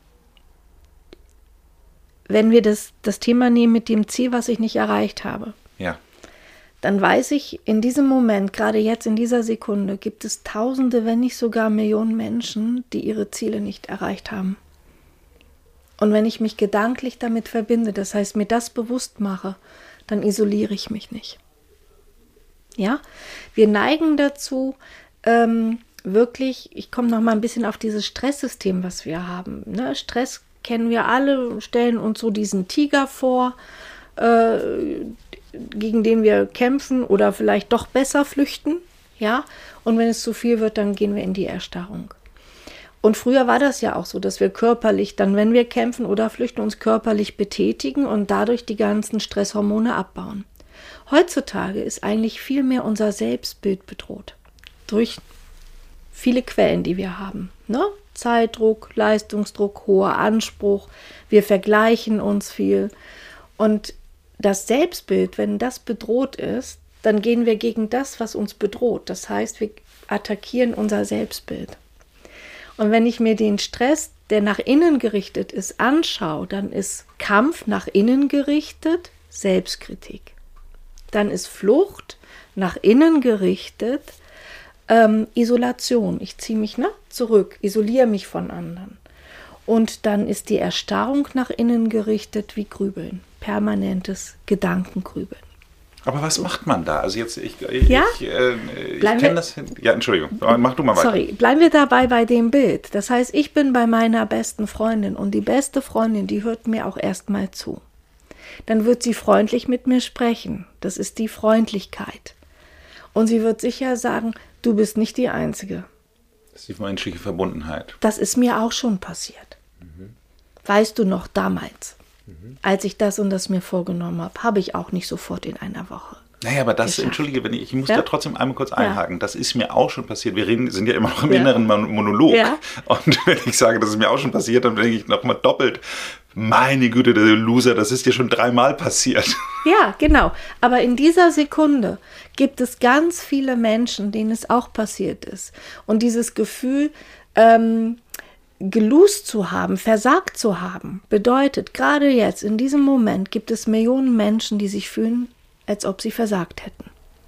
Wenn wir das Thema nehmen mit dem Ziel, was ich nicht erreicht habe, Ja. dann weiß ich, in diesem Moment, gerade jetzt in dieser Sekunde, gibt es Tausende, wenn nicht sogar Millionen Menschen, die ihre Ziele nicht erreicht haben. Und wenn ich mich gedanklich damit verbinde, das heißt, mir das bewusst mache, dann isoliere ich mich nicht. Ja, wir neigen dazu, wirklich, ich komme noch mal ein bisschen auf dieses Stresssystem, was wir haben. Ne? Stress kennen wir alle, stellen uns so diesen Tiger vor, gegen den wir kämpfen oder vielleicht doch besser flüchten. Ja, und wenn es zu viel wird, dann gehen wir in die Erstarrung. Und früher war das ja auch so, dass wir körperlich dann, wenn wir kämpfen oder flüchten, uns körperlich betätigen und dadurch die ganzen Stresshormone abbauen. Heutzutage ist eigentlich viel mehr unser Selbstbild bedroht. Durch viele Quellen, die wir haben. Ne? Zeitdruck, Leistungsdruck, hoher Anspruch. Wir vergleichen uns viel. Und das Selbstbild, wenn das bedroht ist, dann gehen wir gegen das, was uns bedroht. Das heißt, wir attackieren unser Selbstbild. Und wenn ich mir den Stress, der nach innen gerichtet ist, anschaue, dann ist Kampf nach innen gerichtet, Selbstkritik. Dann ist Flucht nach innen gerichtet, Isolation. Ich ziehe mich zurück, isoliere mich von anderen. Und dann ist die Erstarrung nach innen gerichtet wie Grübeln, permanentes Gedankengrübeln. Aber was macht man da? Also jetzt, ich Ja? kenne das. Ja, Entschuldigung, mach du mal weiter. Sorry, bleiben wir dabei bei dem Bild. Das heißt, ich bin bei meiner besten Freundin und die beste Freundin, die hört mir auch erstmal zu. Dann wird sie freundlich mit mir sprechen. Das ist die Freundlichkeit. Und sie wird sicher sagen, du bist nicht die Einzige. Das ist die menschliche Verbundenheit. Das ist mir auch schon passiert. Weißt du noch, damals, als ich das und das mir vorgenommen habe, habe ich auch nicht sofort in einer Woche. Naja, aber das, geschafft. Entschuldige, ich muss Ja? da trotzdem einmal kurz einhaken. Ja. Das ist mir auch schon passiert. Wir sind ja immer noch im Ja. inneren Monolog. Ja. Und wenn ich sage, das ist mir auch schon passiert, dann denke ich nochmal doppelt. Meine Güte, der Loser, das ist dir schon 3-mal passiert. Ja, genau. Aber in dieser Sekunde gibt es ganz viele Menschen, denen es auch passiert ist. Und dieses Gefühl, gelost zu haben, versagt zu haben, bedeutet, gerade jetzt, in diesem Moment, gibt es Millionen Menschen, die sich fühlen, als ob sie versagt hätten.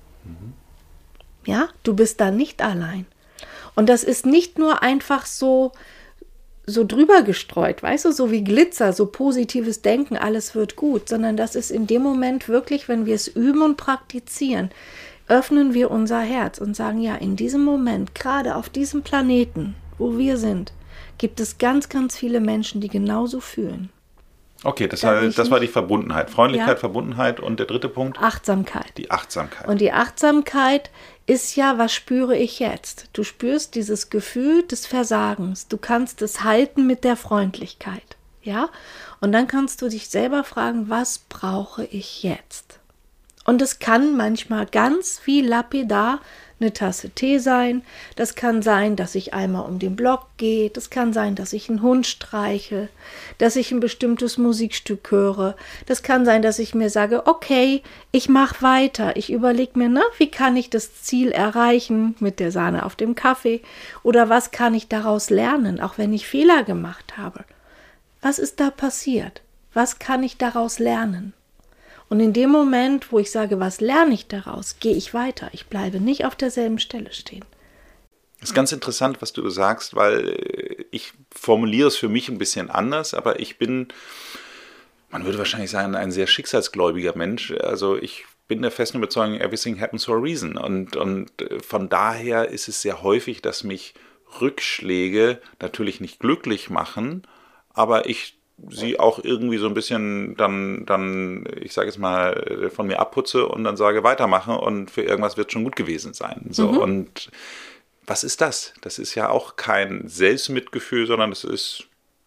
Ja, du bist da nicht allein. Und das ist nicht nur einfach so drüber gestreut, weißt du, so wie Glitzer, so positives Denken, alles wird gut, sondern das ist in dem Moment wirklich, wenn wir es üben und praktizieren, öffnen wir unser Herz und sagen, ja, in diesem Moment, gerade auf diesem Planeten, wo wir sind, gibt es ganz, ganz viele Menschen, die genauso fühlen. Okay, das war die Verbundenheit. Freundlichkeit, Ja. Verbundenheit und der dritte Punkt? Achtsamkeit. Die Achtsamkeit. Und die Achtsamkeit ist ja, was spüre ich jetzt? Du spürst dieses Gefühl des Versagens. Du kannst es halten mit der Freundlichkeit. Ja? Und dann kannst du dich selber fragen, was brauche ich jetzt? Und es kann manchmal ganz wie lapidar eine Tasse Tee sein. Das kann sein, dass ich einmal um den Block gehe. Das kann sein, dass ich einen Hund streiche, dass ich ein bestimmtes Musikstück höre. Das kann sein, dass ich mir sage, okay, ich mache weiter. Ich überlege mir, wie kann ich das Ziel erreichen mit der Sahne auf dem Kaffee? Oder was kann ich daraus lernen, auch wenn ich Fehler gemacht habe? Was ist da passiert? Was kann ich daraus lernen? Und in dem Moment, wo ich sage, was lerne ich daraus, gehe ich weiter. Ich bleibe nicht auf derselben Stelle stehen. Das ist ganz interessant, was du sagst, weil ich formuliere es für mich ein bisschen anders, aber ich bin, man würde wahrscheinlich sagen, ein sehr schicksalsgläubiger Mensch. Also ich bin der festen Überzeugung, everything happens for a reason. Und von daher ist es sehr häufig, dass mich Rückschläge natürlich nicht glücklich machen, aber ich sie auch irgendwie so ein bisschen dann, ich sage jetzt mal, von mir abputze und dann sage, weitermache und für irgendwas wird schon gut gewesen sein. So, und was ist das? Das ist ja auch kein Selbstmitgefühl, sondern das ist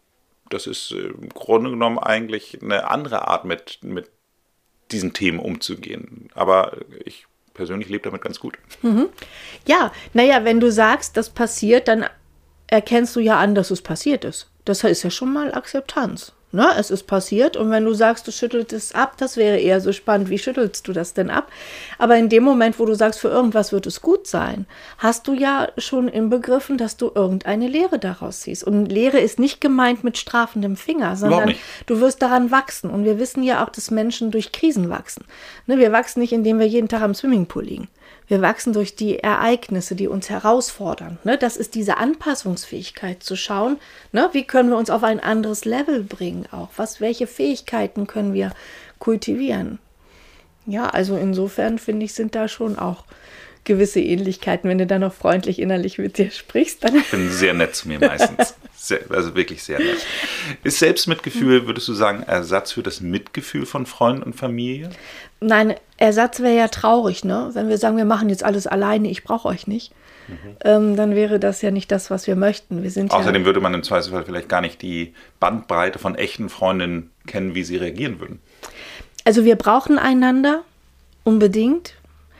im Grunde genommen eigentlich eine andere Art, mit diesen Themen umzugehen. Aber ich persönlich lebe damit ganz gut. Ja, naja, wenn du sagst, das passiert, dann erkennst du ja an, dass es passiert ist. Das ist ja schon mal Akzeptanz. Ne? Es ist passiert und wenn du sagst, du schüttelst es ab, das wäre eher so spannend, wie schüttelst du das denn ab? Aber in dem Moment, wo du sagst, für irgendwas wird es gut sein, hast du ja schon inbegriffen, dass du irgendeine Lehre daraus ziehst. Und Lehre ist nicht gemeint mit strafendem Finger, sondern du wirst daran wachsen. Und wir wissen ja auch, dass Menschen durch Krisen wachsen. Ne? Wir wachsen nicht, indem wir jeden Tag am Swimmingpool liegen. Wir wachsen durch die Ereignisse, die uns herausfordern. Ne? Das ist diese Anpassungsfähigkeit zu schauen, ne? Wie können wir uns auf ein anderes Level bringen auch. Welche Fähigkeiten können wir kultivieren? Ja, also insofern finde ich, sind da schon auch gewisse Ähnlichkeiten, wenn du dann noch freundlich innerlich mit dir sprichst. Dann ich bin sehr nett zu mir meistens. Also wirklich sehr nett. Ist Selbstmitgefühl, würdest du sagen, Ersatz für das Mitgefühl von Freunden und Familie? Nein, Ersatz wäre ja traurig, ne? Wenn wir sagen, wir machen jetzt alles alleine, ich brauche euch nicht. Dann wäre das ja nicht das, was wir möchten. Außerdem würde man im Zweifelsfall vielleicht gar nicht die Bandbreite von echten Freundinnen kennen, wie sie reagieren würden. Also wir brauchen einander, unbedingt.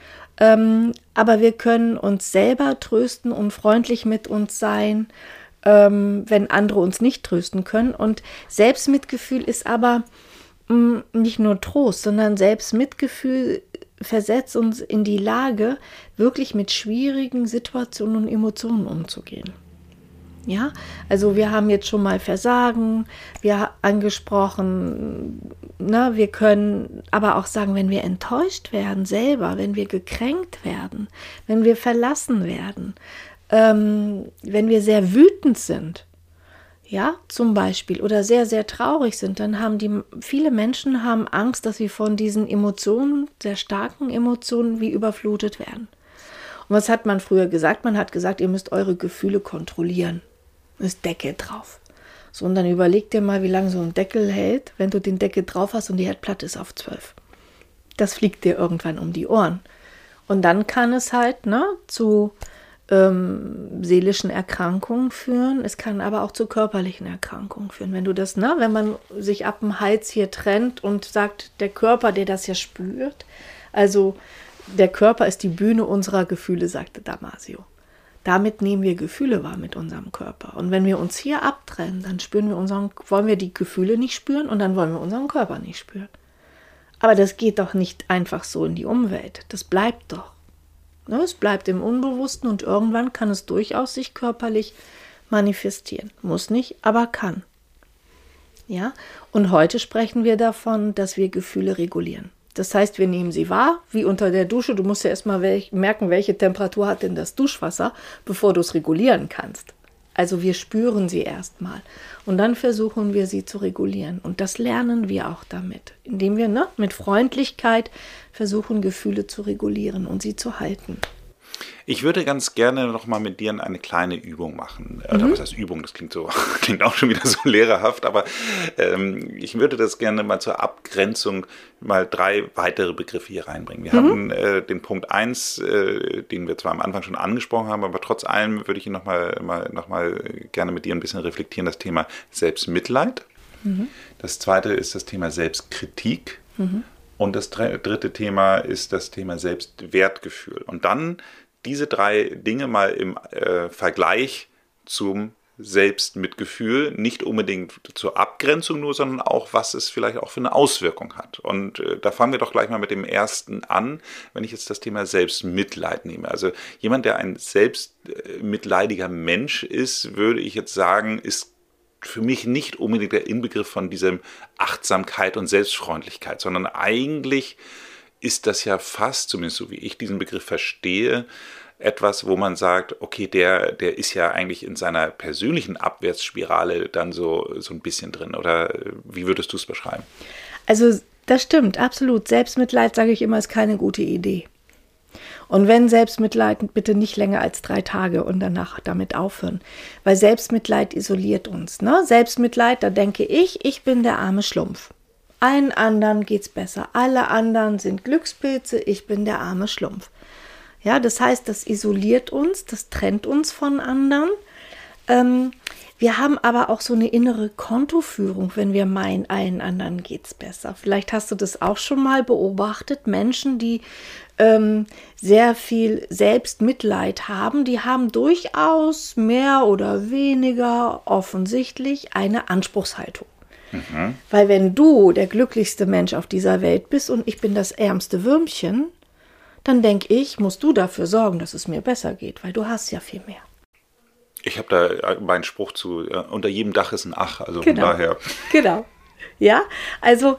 Aber wir können uns selber trösten und freundlich mit uns sein, wenn andere uns nicht trösten können. Und Selbstmitgefühl ist aber nicht nur Trost, sondern Selbstmitgefühl versetzt uns in die Lage, wirklich mit schwierigen Situationen und Emotionen umzugehen. Ja, also wir haben jetzt schon mal Versagen, wir angesprochen, ne, wir können aber auch sagen, wenn wir enttäuscht werden selber, wenn wir gekränkt werden, wenn wir verlassen werden, wenn wir sehr wütend sind, ja, zum Beispiel, oder sehr, sehr traurig sind, dann haben viele Menschen haben Angst, dass sie von diesen Emotionen, sehr starken Emotionen, wie überflutet werden. Und was hat man früher gesagt? Man hat gesagt, ihr müsst eure Gefühle kontrollieren. Ist Deckel drauf. So, und dann überleg dir mal, wie lange so ein Deckel hält, wenn du den Deckel drauf hast und die Herdplatte ist auf 12. Das fliegt dir irgendwann um die Ohren. Und dann kann es halt zu seelischen Erkrankungen führen. Es kann aber auch zu körperlichen Erkrankungen führen. Wenn du das, wenn man sich ab dem Hals hier trennt und sagt, der Körper, der das ja spürt, also der Körper ist die Bühne unserer Gefühle, sagte Damasio. Damit nehmen wir Gefühle wahr mit unserem Körper. Und wenn wir uns hier abtrennen, dann wollen wir die Gefühle nicht spüren und dann wollen wir unseren Körper nicht spüren. Aber das geht doch nicht einfach so in die Umwelt. Das bleibt doch. Es bleibt im Unbewussten und irgendwann kann es durchaus sich körperlich manifestieren. Muss nicht, aber kann. Ja? Und heute sprechen wir davon, dass wir Gefühle regulieren. Das heißt, wir nehmen sie wahr, wie unter der Dusche. Du musst ja erstmal merken, welche Temperatur hat denn das Duschwasser, bevor du es regulieren kannst. Also wir spüren sie erstmal und dann versuchen wir sie zu regulieren. Und das lernen wir auch damit, indem wir mit Freundlichkeit versuchen, Gefühle zu regulieren und sie zu halten. Ich würde ganz gerne noch mal mit dir eine kleine Übung machen. Oder was heißt Übung? Das klingt auch schon wieder so lehrerhaft, aber ich würde das gerne mal zur Abgrenzung mal 3 weitere Begriffe hier reinbringen. Wir hatten den Punkt 1, den wir zwar am Anfang schon angesprochen haben, aber trotz allem würde ich ihn noch mal gerne mit dir ein bisschen reflektieren, das Thema Selbstmitleid. Das zweite ist das Thema Selbstkritik. Und das dritte Thema ist das Thema Selbstwertgefühl. Und dann diese 3 Dinge mal im Vergleich zum Selbstmitgefühl, nicht unbedingt zur Abgrenzung nur, sondern auch, was es vielleicht auch für eine Auswirkung hat. Und da fangen wir doch gleich mal mit dem ersten an, wenn ich jetzt das Thema Selbstmitleid nehme. Also jemand, der ein selbstmitleidiger Mensch ist, würde ich jetzt sagen, ist für mich nicht unbedingt der Inbegriff von diesem Achtsamkeit und Selbstfreundlichkeit, sondern eigentlich ist das ja fast, zumindest so wie ich diesen Begriff verstehe, etwas, wo man sagt, okay, der ist ja eigentlich in seiner persönlichen Abwärtsspirale dann so ein bisschen drin. Oder wie würdest du es beschreiben? Also das stimmt, absolut. Selbstmitleid, sage ich immer, ist keine gute Idee. Und wenn Selbstmitleid, bitte nicht länger als 3 Tage und danach damit aufhören. Weil Selbstmitleid isoliert uns. Selbstmitleid, da denke ich bin der arme Schlumpf. Allen anderen geht's besser. Alle anderen sind Glückspilze, ich bin der arme Schlumpf. Ja, das heißt, das isoliert uns, das trennt uns von anderen. Wir haben aber auch so eine innere Kontoführung, wenn wir meinen, allen anderen geht's besser. Vielleicht hast du das auch schon mal beobachtet. Menschen, die sehr viel Selbstmitleid haben, die haben durchaus mehr oder weniger offensichtlich eine Anspruchshaltung. Weil wenn du der glücklichste Mensch auf dieser Welt bist und ich bin das ärmste Würmchen, dann denke ich, musst du dafür sorgen, dass es mir besser geht, weil du hast ja viel mehr. Ich habe da meinen Spruch zu, unter jedem Dach ist ein Ach, also genau. Von daher. Genau, ja, also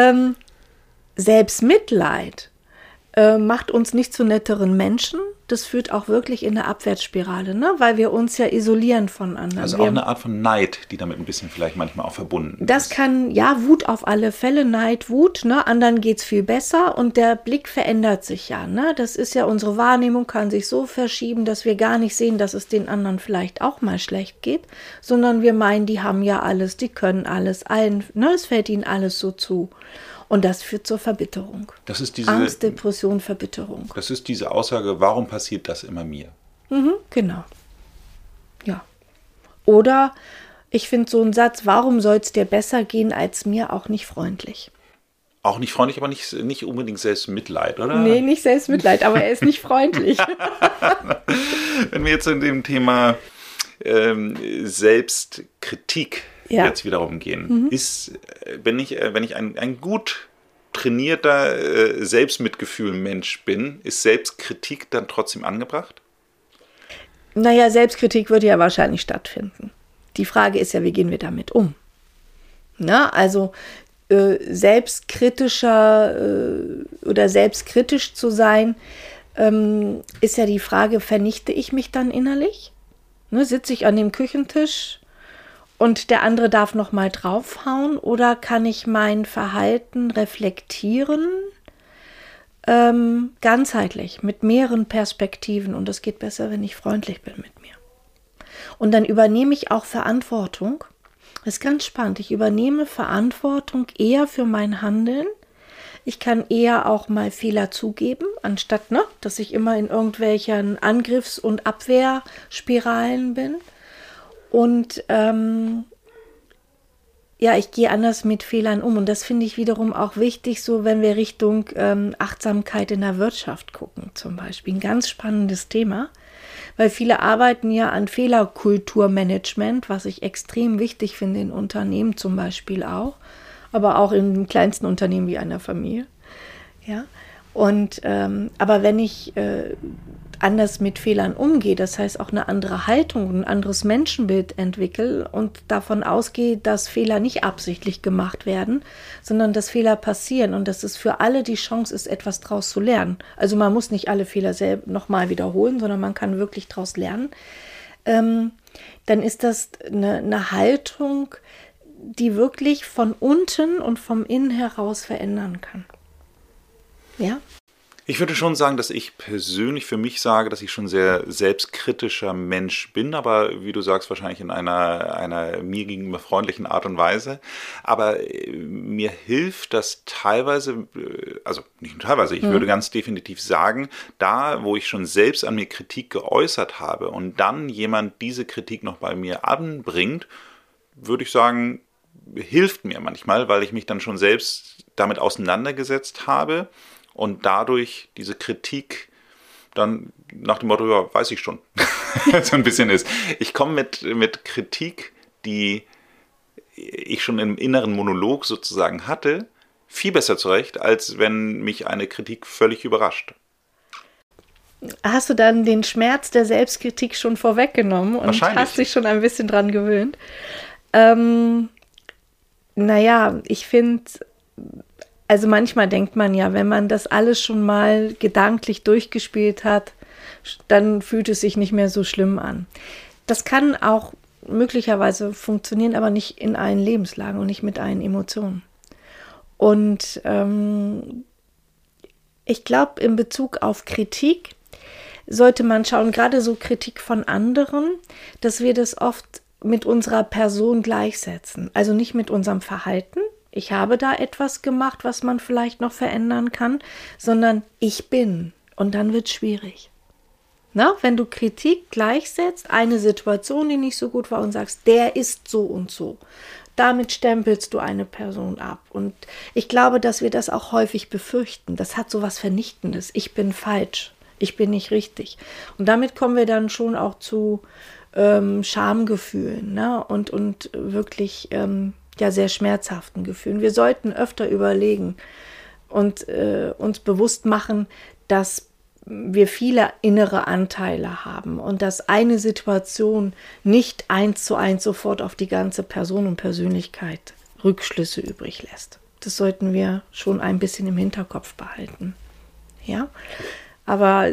Selbstmitleid macht uns nicht zu netteren Menschen. Das führt auch wirklich in eine Abwärtsspirale, ne? Weil wir uns ja isolieren von anderen. Also auch eine Art von Neid, die damit ein bisschen vielleicht manchmal auch verbunden ist. Das kann, ja, Wut auf alle Fälle, Neid, Wut, ne? Anderen geht's viel besser und der Blick verändert sich ja, ne? Das ist ja, unsere Wahrnehmung kann sich so verschieben, dass wir gar nicht sehen, dass es den anderen vielleicht auch mal schlecht geht, sondern wir meinen, die haben ja alles, die können alles, allen, ne? Es fällt ihnen alles so zu. Und das führt zur Verbitterung. Das ist diese Angst, Depression, Verbitterung. Das ist diese Aussage, warum passiert das immer mir? Genau. Ja. Oder ich finde so einen Satz, warum soll es dir besser gehen als mir, auch nicht freundlich. Auch nicht freundlich, aber nicht unbedingt Selbstmitleid, oder? Nee, nicht Selbstmitleid, aber er ist nicht freundlich. Wenn wir jetzt in dem Thema Selbstkritik jetzt wiederum gehen, ist, wenn ich ein gut trainierter Selbstmitgefühl-Mensch bin, ist Selbstkritik dann trotzdem angebracht? Naja, Selbstkritik würde ja wahrscheinlich stattfinden. Die Frage ist ja, wie gehen wir damit um? Na, also selbstkritischer oder selbstkritisch zu sein, ist ja die Frage, vernichte ich mich dann innerlich? Ne, sitze ich an dem Küchentisch und der andere darf noch mal draufhauen, oder kann ich mein Verhalten reflektieren, ganzheitlich, mit mehreren Perspektiven, und es geht besser, wenn ich freundlich bin mit mir. Und dann übernehme ich auch Verantwortung. Das ist ganz spannend. Ich übernehme Verantwortung eher für mein Handeln. Ich kann eher auch mal Fehler zugeben, anstatt, dass ich immer in irgendwelchen Angriffs- und Abwehrspiralen bin. Und ich gehe anders mit Fehlern um. Und das finde ich wiederum auch wichtig, so wenn wir Richtung Achtsamkeit in der Wirtschaft gucken zum Beispiel. Ein ganz spannendes Thema, weil viele arbeiten ja an Fehlerkulturmanagement, was ich extrem wichtig finde in Unternehmen zum Beispiel auch, aber auch in kleinsten Unternehmen wie einer Familie. Ja? Und aber wenn ich anders mit Fehlern umgehe, das heißt auch eine andere Haltung, ein anderes Menschenbild entwickle und davon ausgehe, dass Fehler nicht absichtlich gemacht werden, sondern dass Fehler passieren und dass es für alle die Chance ist, etwas daraus zu lernen. Also man muss nicht alle Fehler nochmal wiederholen, sondern man kann wirklich daraus lernen. Dann ist das eine Haltung, die wirklich von unten und vom Innen heraus verändern kann. Ja? Ich würde schon sagen, dass ich persönlich für mich sage, dass ich schon sehr selbstkritischer Mensch bin, aber wie du sagst, wahrscheinlich in einer mir gegenüber freundlichen Art und Weise. Aber mir hilft das teilweise, also nicht nur teilweise, ich würde ganz definitiv sagen, da, wo ich schon selbst an mir Kritik geäußert habe und dann jemand diese Kritik noch bei mir anbringt, würde ich sagen, hilft mir manchmal, weil ich mich dann schon selbst damit auseinandergesetzt habe und dadurch diese Kritik dann nach dem Motto, ja, weiß ich schon, so ein bisschen ist. Ich komme mit Kritik, die ich schon im inneren Monolog sozusagen hatte, viel besser zurecht, als wenn mich eine Kritik völlig überrascht. Hast du dann den Schmerz der Selbstkritik schon vorweggenommen und hast dich schon ein bisschen dran gewöhnt? Ich finde, also manchmal denkt man ja, wenn man das alles schon mal gedanklich durchgespielt hat, dann fühlt es sich nicht mehr so schlimm an. Das kann auch möglicherweise funktionieren, aber nicht in allen Lebenslagen und nicht mit allen Emotionen. Und ich glaube, in Bezug auf Kritik sollte man schauen, gerade so Kritik von anderen, dass wir das oft mit unserer Person gleichsetzen. Also nicht mit unserem Verhalten. Ich habe da etwas gemacht, was man vielleicht noch verändern kann, sondern ich bin. Und dann wird es schwierig. Na, wenn du Kritik gleichsetzt, eine Situation, die nicht so gut war und sagst, der ist so und so, damit stempelst du eine Person ab. Und ich glaube, dass wir das auch häufig befürchten. Das hat so was Vernichtendes. Ich bin falsch, ich bin nicht richtig. Und damit kommen wir dann schon auch zu Schamgefühlen, ne? Und wirklich sehr schmerzhaften Gefühlen. Wir sollten öfter überlegen und uns bewusst machen, dass wir viele innere Anteile haben und dass eine Situation nicht 1:1 sofort auf die ganze Person und Persönlichkeit Rückschlüsse übrig lässt. Das sollten wir schon ein bisschen im Hinterkopf behalten. Ja, aber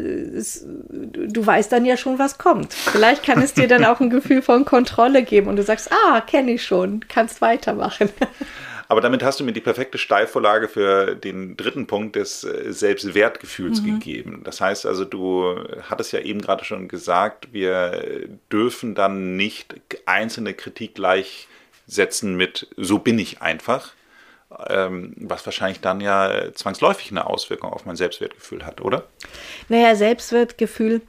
du weißt dann ja schon, was kommt. Vielleicht kann es dir dann auch ein Gefühl von Kontrolle geben und du sagst, kenne ich schon, kannst weitermachen. Aber damit hast du mir die perfekte Steilvorlage für den dritten Punkt des Selbstwertgefühls gegeben. Das heißt also, du hattest ja eben gerade schon gesagt, wir dürfen dann nicht einzelne Kritik gleichsetzen mit so bin ich einfach, was wahrscheinlich dann ja zwangsläufig eine Auswirkung auf mein Selbstwertgefühl hat, oder? Naja, Selbstwertgefühl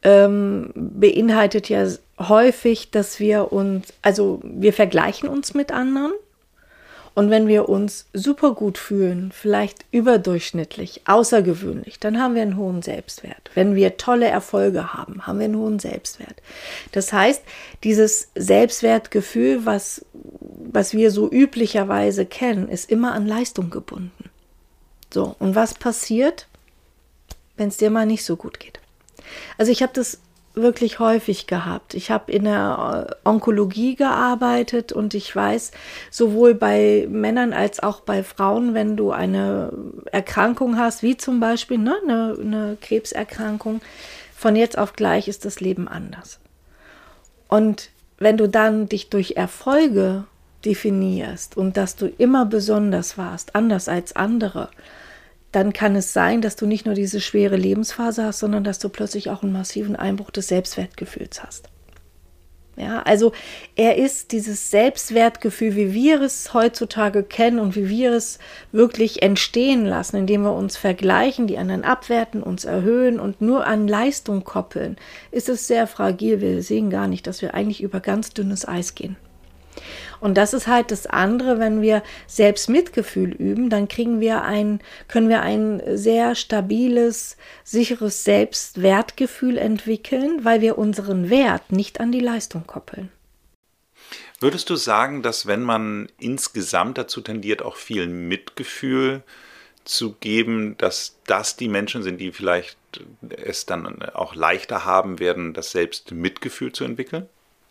beinhaltet ja häufig, dass wir vergleichen uns mit anderen. Und wenn wir uns super gut fühlen, vielleicht überdurchschnittlich, außergewöhnlich, dann haben wir einen hohen Selbstwert. Wenn wir tolle Erfolge haben, haben wir einen hohen Selbstwert. Das heißt, dieses Selbstwertgefühl, was wir so üblicherweise kennen, ist immer an Leistung gebunden. So, und was passiert, wenn es dir mal nicht so gut geht? Also ich habe das wirklich häufig gehabt. Ich habe in der Onkologie gearbeitet und ich weiß, sowohl bei Männern als auch bei Frauen, wenn du eine Erkrankung hast, wie zum Beispiel eine Krebserkrankung, von jetzt auf gleich ist das Leben anders. Und wenn du dann dich durch Erfolge definierst und dass du immer besonders warst, anders als andere, dann kann es sein, dass du nicht nur diese schwere Lebensphase hast, sondern dass du plötzlich auch einen massiven Einbruch des Selbstwertgefühls hast. Ja, also dieses Selbstwertgefühl, wie wir es heutzutage kennen und wie wir es wirklich entstehen lassen, indem wir uns vergleichen, die anderen abwerten, uns erhöhen und nur an Leistung koppeln, ist es sehr fragil. Wir sehen gar nicht, dass wir eigentlich über ganz dünnes Eis gehen. Und das ist halt das andere, wenn wir Selbstmitgefühl üben, dann können wir ein sehr stabiles, sicheres Selbstwertgefühl entwickeln, weil wir unseren Wert nicht an die Leistung koppeln. Würdest du sagen, dass wenn man insgesamt dazu tendiert, auch viel Mitgefühl zu geben, dass das die Menschen sind, die vielleicht es dann auch leichter haben werden, das Selbstmitgefühl zu entwickeln?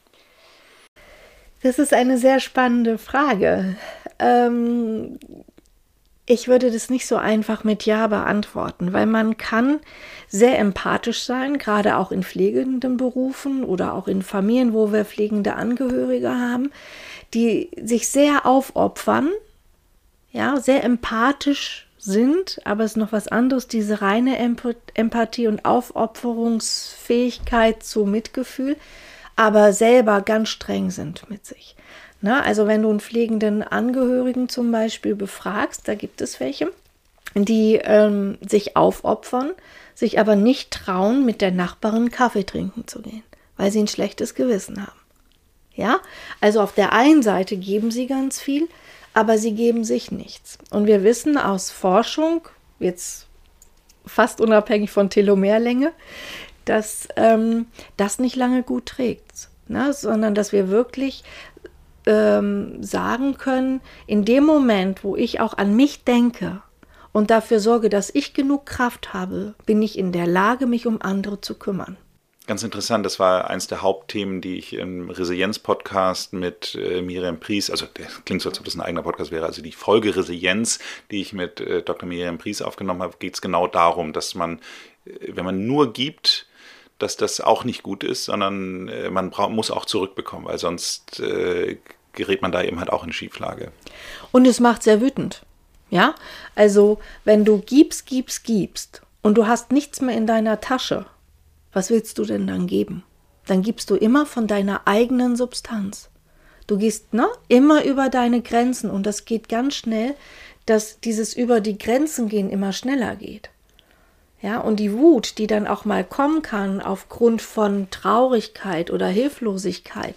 Das ist eine sehr spannende Frage. Ich würde das nicht so einfach mit Ja beantworten, weil man kann sehr empathisch sein, gerade auch in pflegenden Berufen oder auch in Familien, wo wir pflegende Angehörige haben, die sich sehr aufopfern, ja, sehr empathisch sind, aber es ist noch was anderes, diese reine Empathie und Aufopferungsfähigkeit zu Mitgefühl, aber selber ganz streng sind mit sich. Na, also wenn du einen pflegenden Angehörigen zum Beispiel befragst, da gibt es welche, die sich aufopfern, sich aber nicht trauen, mit der Nachbarin Kaffee trinken zu gehen, weil sie ein schlechtes Gewissen haben. Ja, also auf der einen Seite geben sie ganz viel, aber sie geben sich nichts. Und wir wissen aus Forschung, jetzt fast unabhängig von Telomerlänge, dass das nicht lange gut trägt, ne? Sondern dass wir wirklich sagen können, in dem Moment, wo ich auch an mich denke und dafür sorge, dass ich genug Kraft habe, bin ich in der Lage, mich um andere zu kümmern. Ganz interessant, das war eins der Hauptthemen, die ich im Resilienz-Podcast mit Miriam Pries, also der klingt so, als ob das ein eigener Podcast wäre, also die Folge Resilienz, die ich mit Dr. Miriam Pries aufgenommen habe, geht es genau darum, dass man, wenn man nur gibt, dass das auch nicht gut ist, sondern man muss auch zurückbekommen, weil sonst gerät man da eben halt auch in Schieflage. Und es macht sehr wütend. Ja, also wenn du gibst und du hast nichts mehr in deiner Tasche, was willst du denn dann geben? Dann gibst du immer von deiner eigenen Substanz. Du gehst immer über deine Grenzen und das geht ganz schnell, dass dieses über die Grenzen gehen immer schneller geht. Ja, und die Wut, die dann auch mal kommen kann aufgrund von Traurigkeit oder Hilflosigkeit,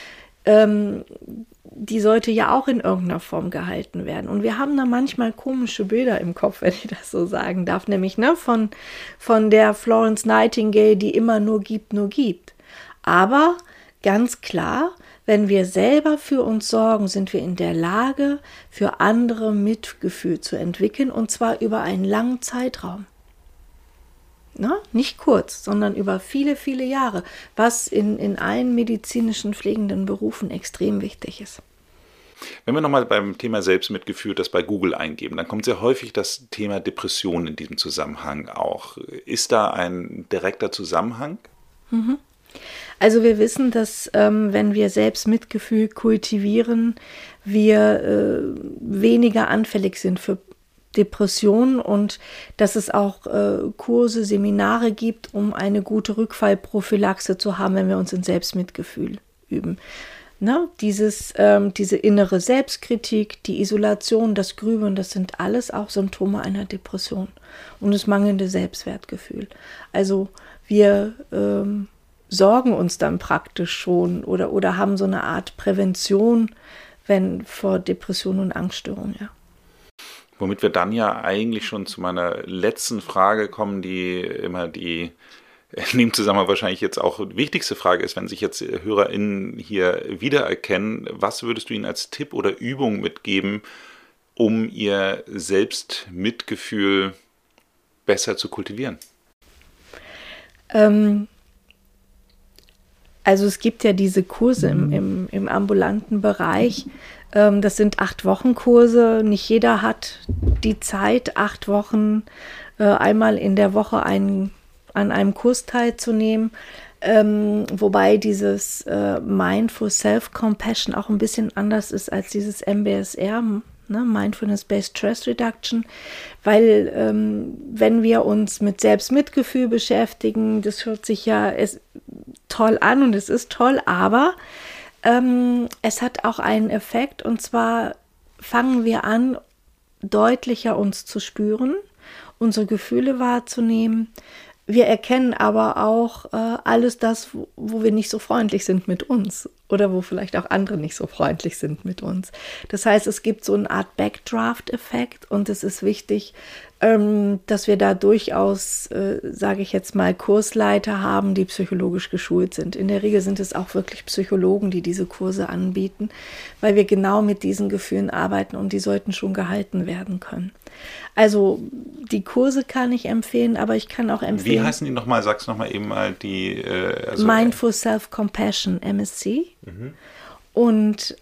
die sollte ja auch in irgendeiner Form gehalten werden. Und wir haben da manchmal komische Bilder im Kopf, wenn ich das so sagen darf, nämlich von der Florence Nightingale, die immer nur gibt. Aber ganz klar, wenn wir selber für uns sorgen, sind wir in der Lage, für andere Mitgefühl zu entwickeln, und zwar über einen langen Zeitraum. Na, nicht kurz, sondern über viele, viele Jahre, was in allen medizinischen pflegenden Berufen extrem wichtig ist. Wenn wir nochmal beim Thema Selbstmitgefühl das bei Google eingeben, dann kommt sehr häufig das Thema Depression in diesem Zusammenhang auch. Ist da ein direkter Zusammenhang? Also wir wissen, dass wenn wir Selbstmitgefühl kultivieren, wir weniger anfällig sind für Depressionen und dass es auch Kurse, Seminare gibt, um eine gute Rückfallprophylaxe zu haben, wenn wir uns in Selbstmitgefühl üben. Ne? Diese innere Selbstkritik, die Isolation, das Grübeln, das sind alles auch Symptome einer Depression und das mangelnde Selbstwertgefühl. Also wir sorgen uns dann praktisch schon oder haben so eine Art Prävention vor Depressionen und Angststörungen, ja. Womit wir dann ja eigentlich schon zu meiner letzten Frage kommen, die immer in dem Zusammenhang wahrscheinlich jetzt auch die wichtigste Frage ist, wenn sich jetzt HörerInnen hier wiedererkennen, was würdest du ihnen als Tipp oder Übung mitgeben, um ihr Selbstmitgefühl besser zu kultivieren? Also es gibt ja diese Kurse im ambulanten Bereich. Das sind 8-Wochen-Kurse. Nicht jeder hat die Zeit, 8 Wochen einmal in der Woche an einem Kurs teilzunehmen. Wobei dieses Mindful Self-Compassion auch ein bisschen anders ist als dieses MBSR, Mindfulness-Based Stress Reduction, weil wenn wir uns mit Selbstmitgefühl beschäftigen, das hört sich ja toll an und es ist toll, aber es hat auch einen Effekt, und zwar fangen wir an, deutlicher uns zu spüren, unsere Gefühle wahrzunehmen. Wir erkennen aber auch alles das, wo wir nicht so freundlich sind mit uns oder wo vielleicht auch andere nicht so freundlich sind mit uns. Das heißt, es gibt so eine Art Backdraft-Effekt und es ist wichtig, dass wir da durchaus, sage ich jetzt mal, Kursleiter haben, die psychologisch geschult sind. In der Regel sind es auch wirklich Psychologen, die diese Kurse anbieten, weil wir genau mit diesen Gefühlen arbeiten und die sollten schon gehalten werden können. Also die Kurse kann ich empfehlen, aber ich kann auch empfehlen. Wie heißen die nochmal? Sag's nochmal eben mal die. Mindful Self-Compassion, MSC. Und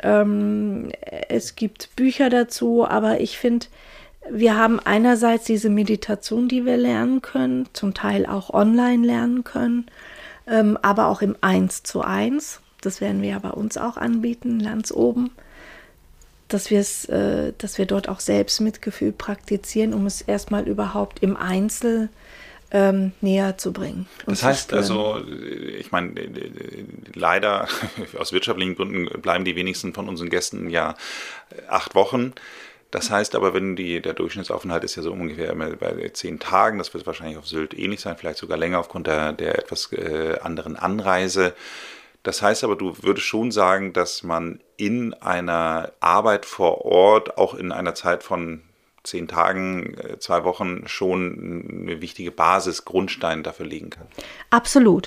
es gibt Bücher dazu, aber ich finde, wir haben einerseits diese Meditation, die wir lernen können, zum Teil auch online lernen können, aber auch im 1:1. Das werden wir ja bei uns auch anbieten, Landsoben, dass wir dort auch Selbstmitgefühl praktizieren, um es erstmal überhaupt im Einzel näher zu bringen. Das heißt also, ich meine, leider aus wirtschaftlichen Gründen bleiben die wenigsten von unseren Gästen ja 8 Wochen. Das heißt aber, wenn der Durchschnittsaufenthalt ist ja so ungefähr immer bei 10 Tagen, das wird wahrscheinlich auf Sylt ähnlich sein, vielleicht sogar länger aufgrund der etwas anderen Anreise. Das heißt aber, du würdest schon sagen, dass man in einer Arbeit vor Ort, auch in einer Zeit von 10 Tagen, 2 Wochen, schon eine wichtige Basis, Grundstein dafür legen kann. Absolut.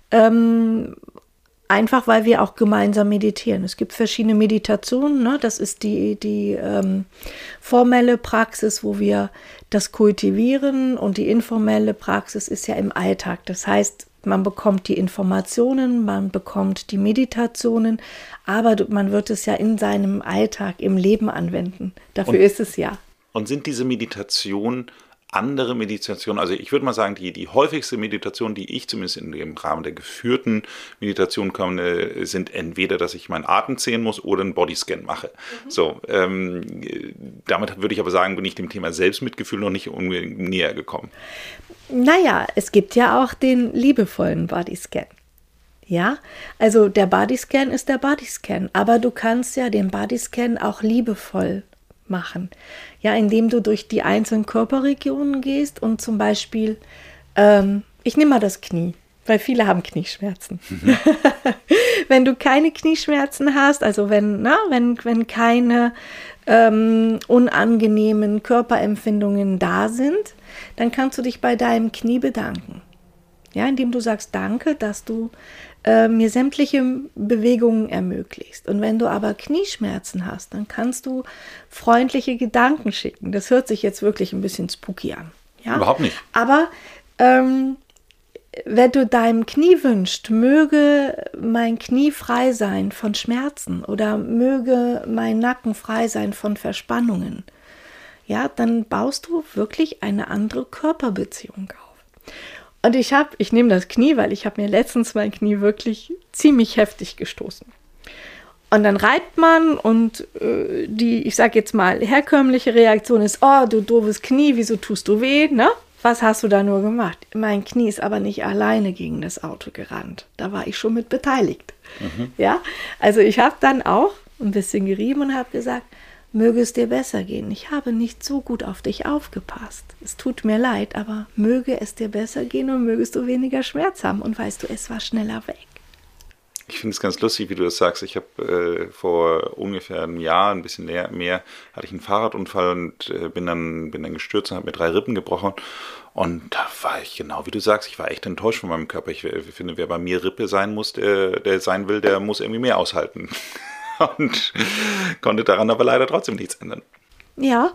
Einfach, weil wir auch gemeinsam meditieren. Es gibt verschiedene Meditationen, ne? Das ist die formelle Praxis, wo wir das kultivieren, und die informelle Praxis ist ja im Alltag. Das heißt, man bekommt die Informationen, man bekommt die Meditationen, aber man wird es ja in seinem Alltag, im Leben anwenden. Dafür ist es ja. Und sind diese Meditationen andere Meditationen, also ich würde mal sagen, die häufigste Meditation, die ich zumindest im Rahmen der geführten Meditation komme, sind entweder, dass ich meinen Atem zählen muss oder einen Bodyscan mache. So, damit würde ich aber sagen, bin ich dem Thema Selbstmitgefühl noch nicht näher gekommen. Naja, es gibt ja auch den liebevollen Bodyscan. Ja, also der Bodyscan ist der Bodyscan, aber du kannst ja den Bodyscan auch liebevoll machen. Ja, indem du durch die einzelnen Körperregionen gehst und zum Beispiel Ich nehme mal das Knie, weil viele haben Knieschmerzen. Wenn du keine Knieschmerzen hast, also wenn keine unangenehmen Körperempfindungen da sind, dann kannst du dich bei deinem Knie bedanken. Ja, indem du sagst, danke, dass du mir sämtliche Bewegungen ermöglicht. Und wenn du aber Knieschmerzen hast, dann kannst du freundliche Gedanken schicken. Das hört sich jetzt wirklich ein bisschen spooky an. Ja? Überhaupt nicht. Aber wenn du deinem Knie wünschst, möge mein Knie frei sein von Schmerzen oder möge mein Nacken frei sein von Verspannungen, ja, dann baust du wirklich eine andere Körperbeziehung auf. Und ich nehme das Knie, weil ich habe mir letztens mein Knie wirklich ziemlich heftig gestoßen. Und dann reibt man und ich sage jetzt mal, herkömmliche Reaktion ist, oh, du doofes Knie, wieso tust du weh, ne? Was hast du da nur gemacht? Mein Knie ist aber nicht alleine gegen das Auto gerannt. Da war ich schon mit beteiligt. Ja, also ich habe dann auch ein bisschen gerieben und habe gesagt, möge es dir besser gehen. Ich habe nicht so gut auf dich aufgepasst. Es tut mir leid, aber möge es dir besser gehen und mögest du weniger Schmerz haben. Und weißt du, es war schneller weg. Ich finde es ganz lustig, wie du das sagst. Ich habe vor ungefähr einem Jahr, ein bisschen mehr, hatte ich einen Fahrradunfall und bin dann gestürzt und habe mir 3 Rippen gebrochen. Und da war ich genau wie du sagst, ich war echt enttäuscht von meinem Körper. Ich finde, wer bei mir Rippe sein muss, der sein will, der muss irgendwie mehr aushalten. Und konnte daran aber leider trotzdem nichts ändern. Ja,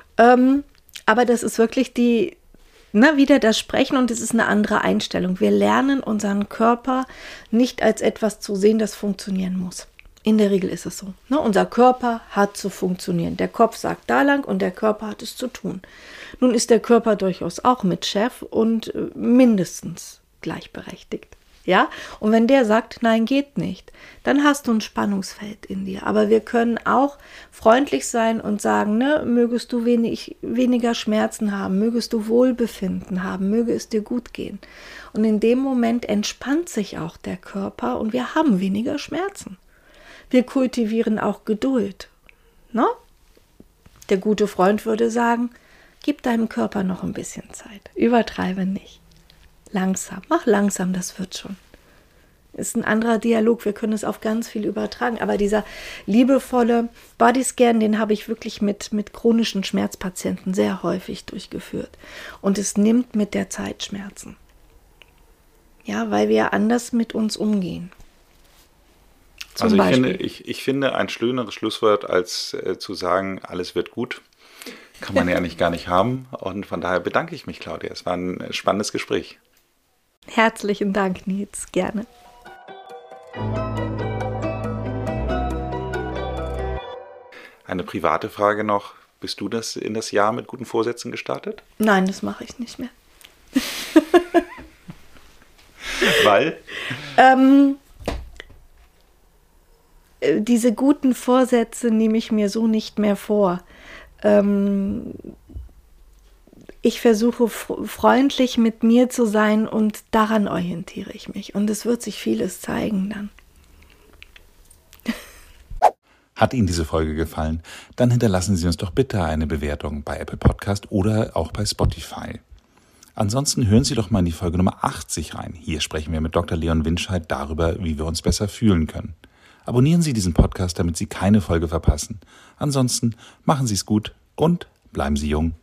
aber das ist wirklich wieder das Sprechen und es ist eine andere Einstellung. Wir lernen unseren Körper nicht als etwas zu sehen, das funktionieren muss. In der Regel ist es so. Ne? Unser Körper hat zu funktionieren. Der Kopf sagt da lang und der Körper hat es zu tun. Nun ist der Körper durchaus auch mit Chef und mindestens gleichberechtigt. Ja, und wenn der sagt, nein, geht nicht, dann hast du ein Spannungsfeld in dir. Aber wir können auch freundlich sein und sagen, ne, mögest du weniger Schmerzen haben, mögest du Wohlbefinden haben, möge es dir gut gehen. Und in dem Moment entspannt sich auch der Körper und wir haben weniger Schmerzen. Wir kultivieren auch Geduld. Ne? Der gute Freund würde sagen, gib deinem Körper noch ein bisschen Zeit, übertreibe nicht. Langsam, mach langsam, das wird schon. Ist ein anderer Dialog, wir können es auf ganz viel übertragen. Aber dieser liebevolle Bodyscan, den habe ich wirklich mit chronischen Schmerzpatienten sehr häufig durchgeführt. Und es nimmt mit der Zeit Schmerzen. Ja, weil wir anders mit uns umgehen. Also ich finde ein schöneres Schlusswort als zu sagen, alles wird gut. Kann man ja eigentlich gar nicht haben. Und von daher bedanke ich mich, Claudia. Es war ein spannendes Gespräch. Herzlichen Dank, Nils. Gerne. Eine private Frage noch. Bist du in das Jahr mit guten Vorsätzen gestartet? Nein, das mache ich nicht mehr. Weil? Diese guten Vorsätze nehme ich mir so nicht mehr vor. Ich versuche freundlich mit mir zu sein und daran orientiere ich mich. Und es wird sich vieles zeigen dann. Hat Ihnen diese Folge gefallen? Dann hinterlassen Sie uns doch bitte eine Bewertung bei Apple Podcast oder auch bei Spotify. Ansonsten hören Sie doch mal in die Folge Nummer 80 rein. Hier sprechen wir mit Dr. Leon Winscheid darüber, wie wir uns besser fühlen können. Abonnieren Sie diesen Podcast, damit Sie keine Folge verpassen. Ansonsten machen Sie es gut und bleiben Sie jung.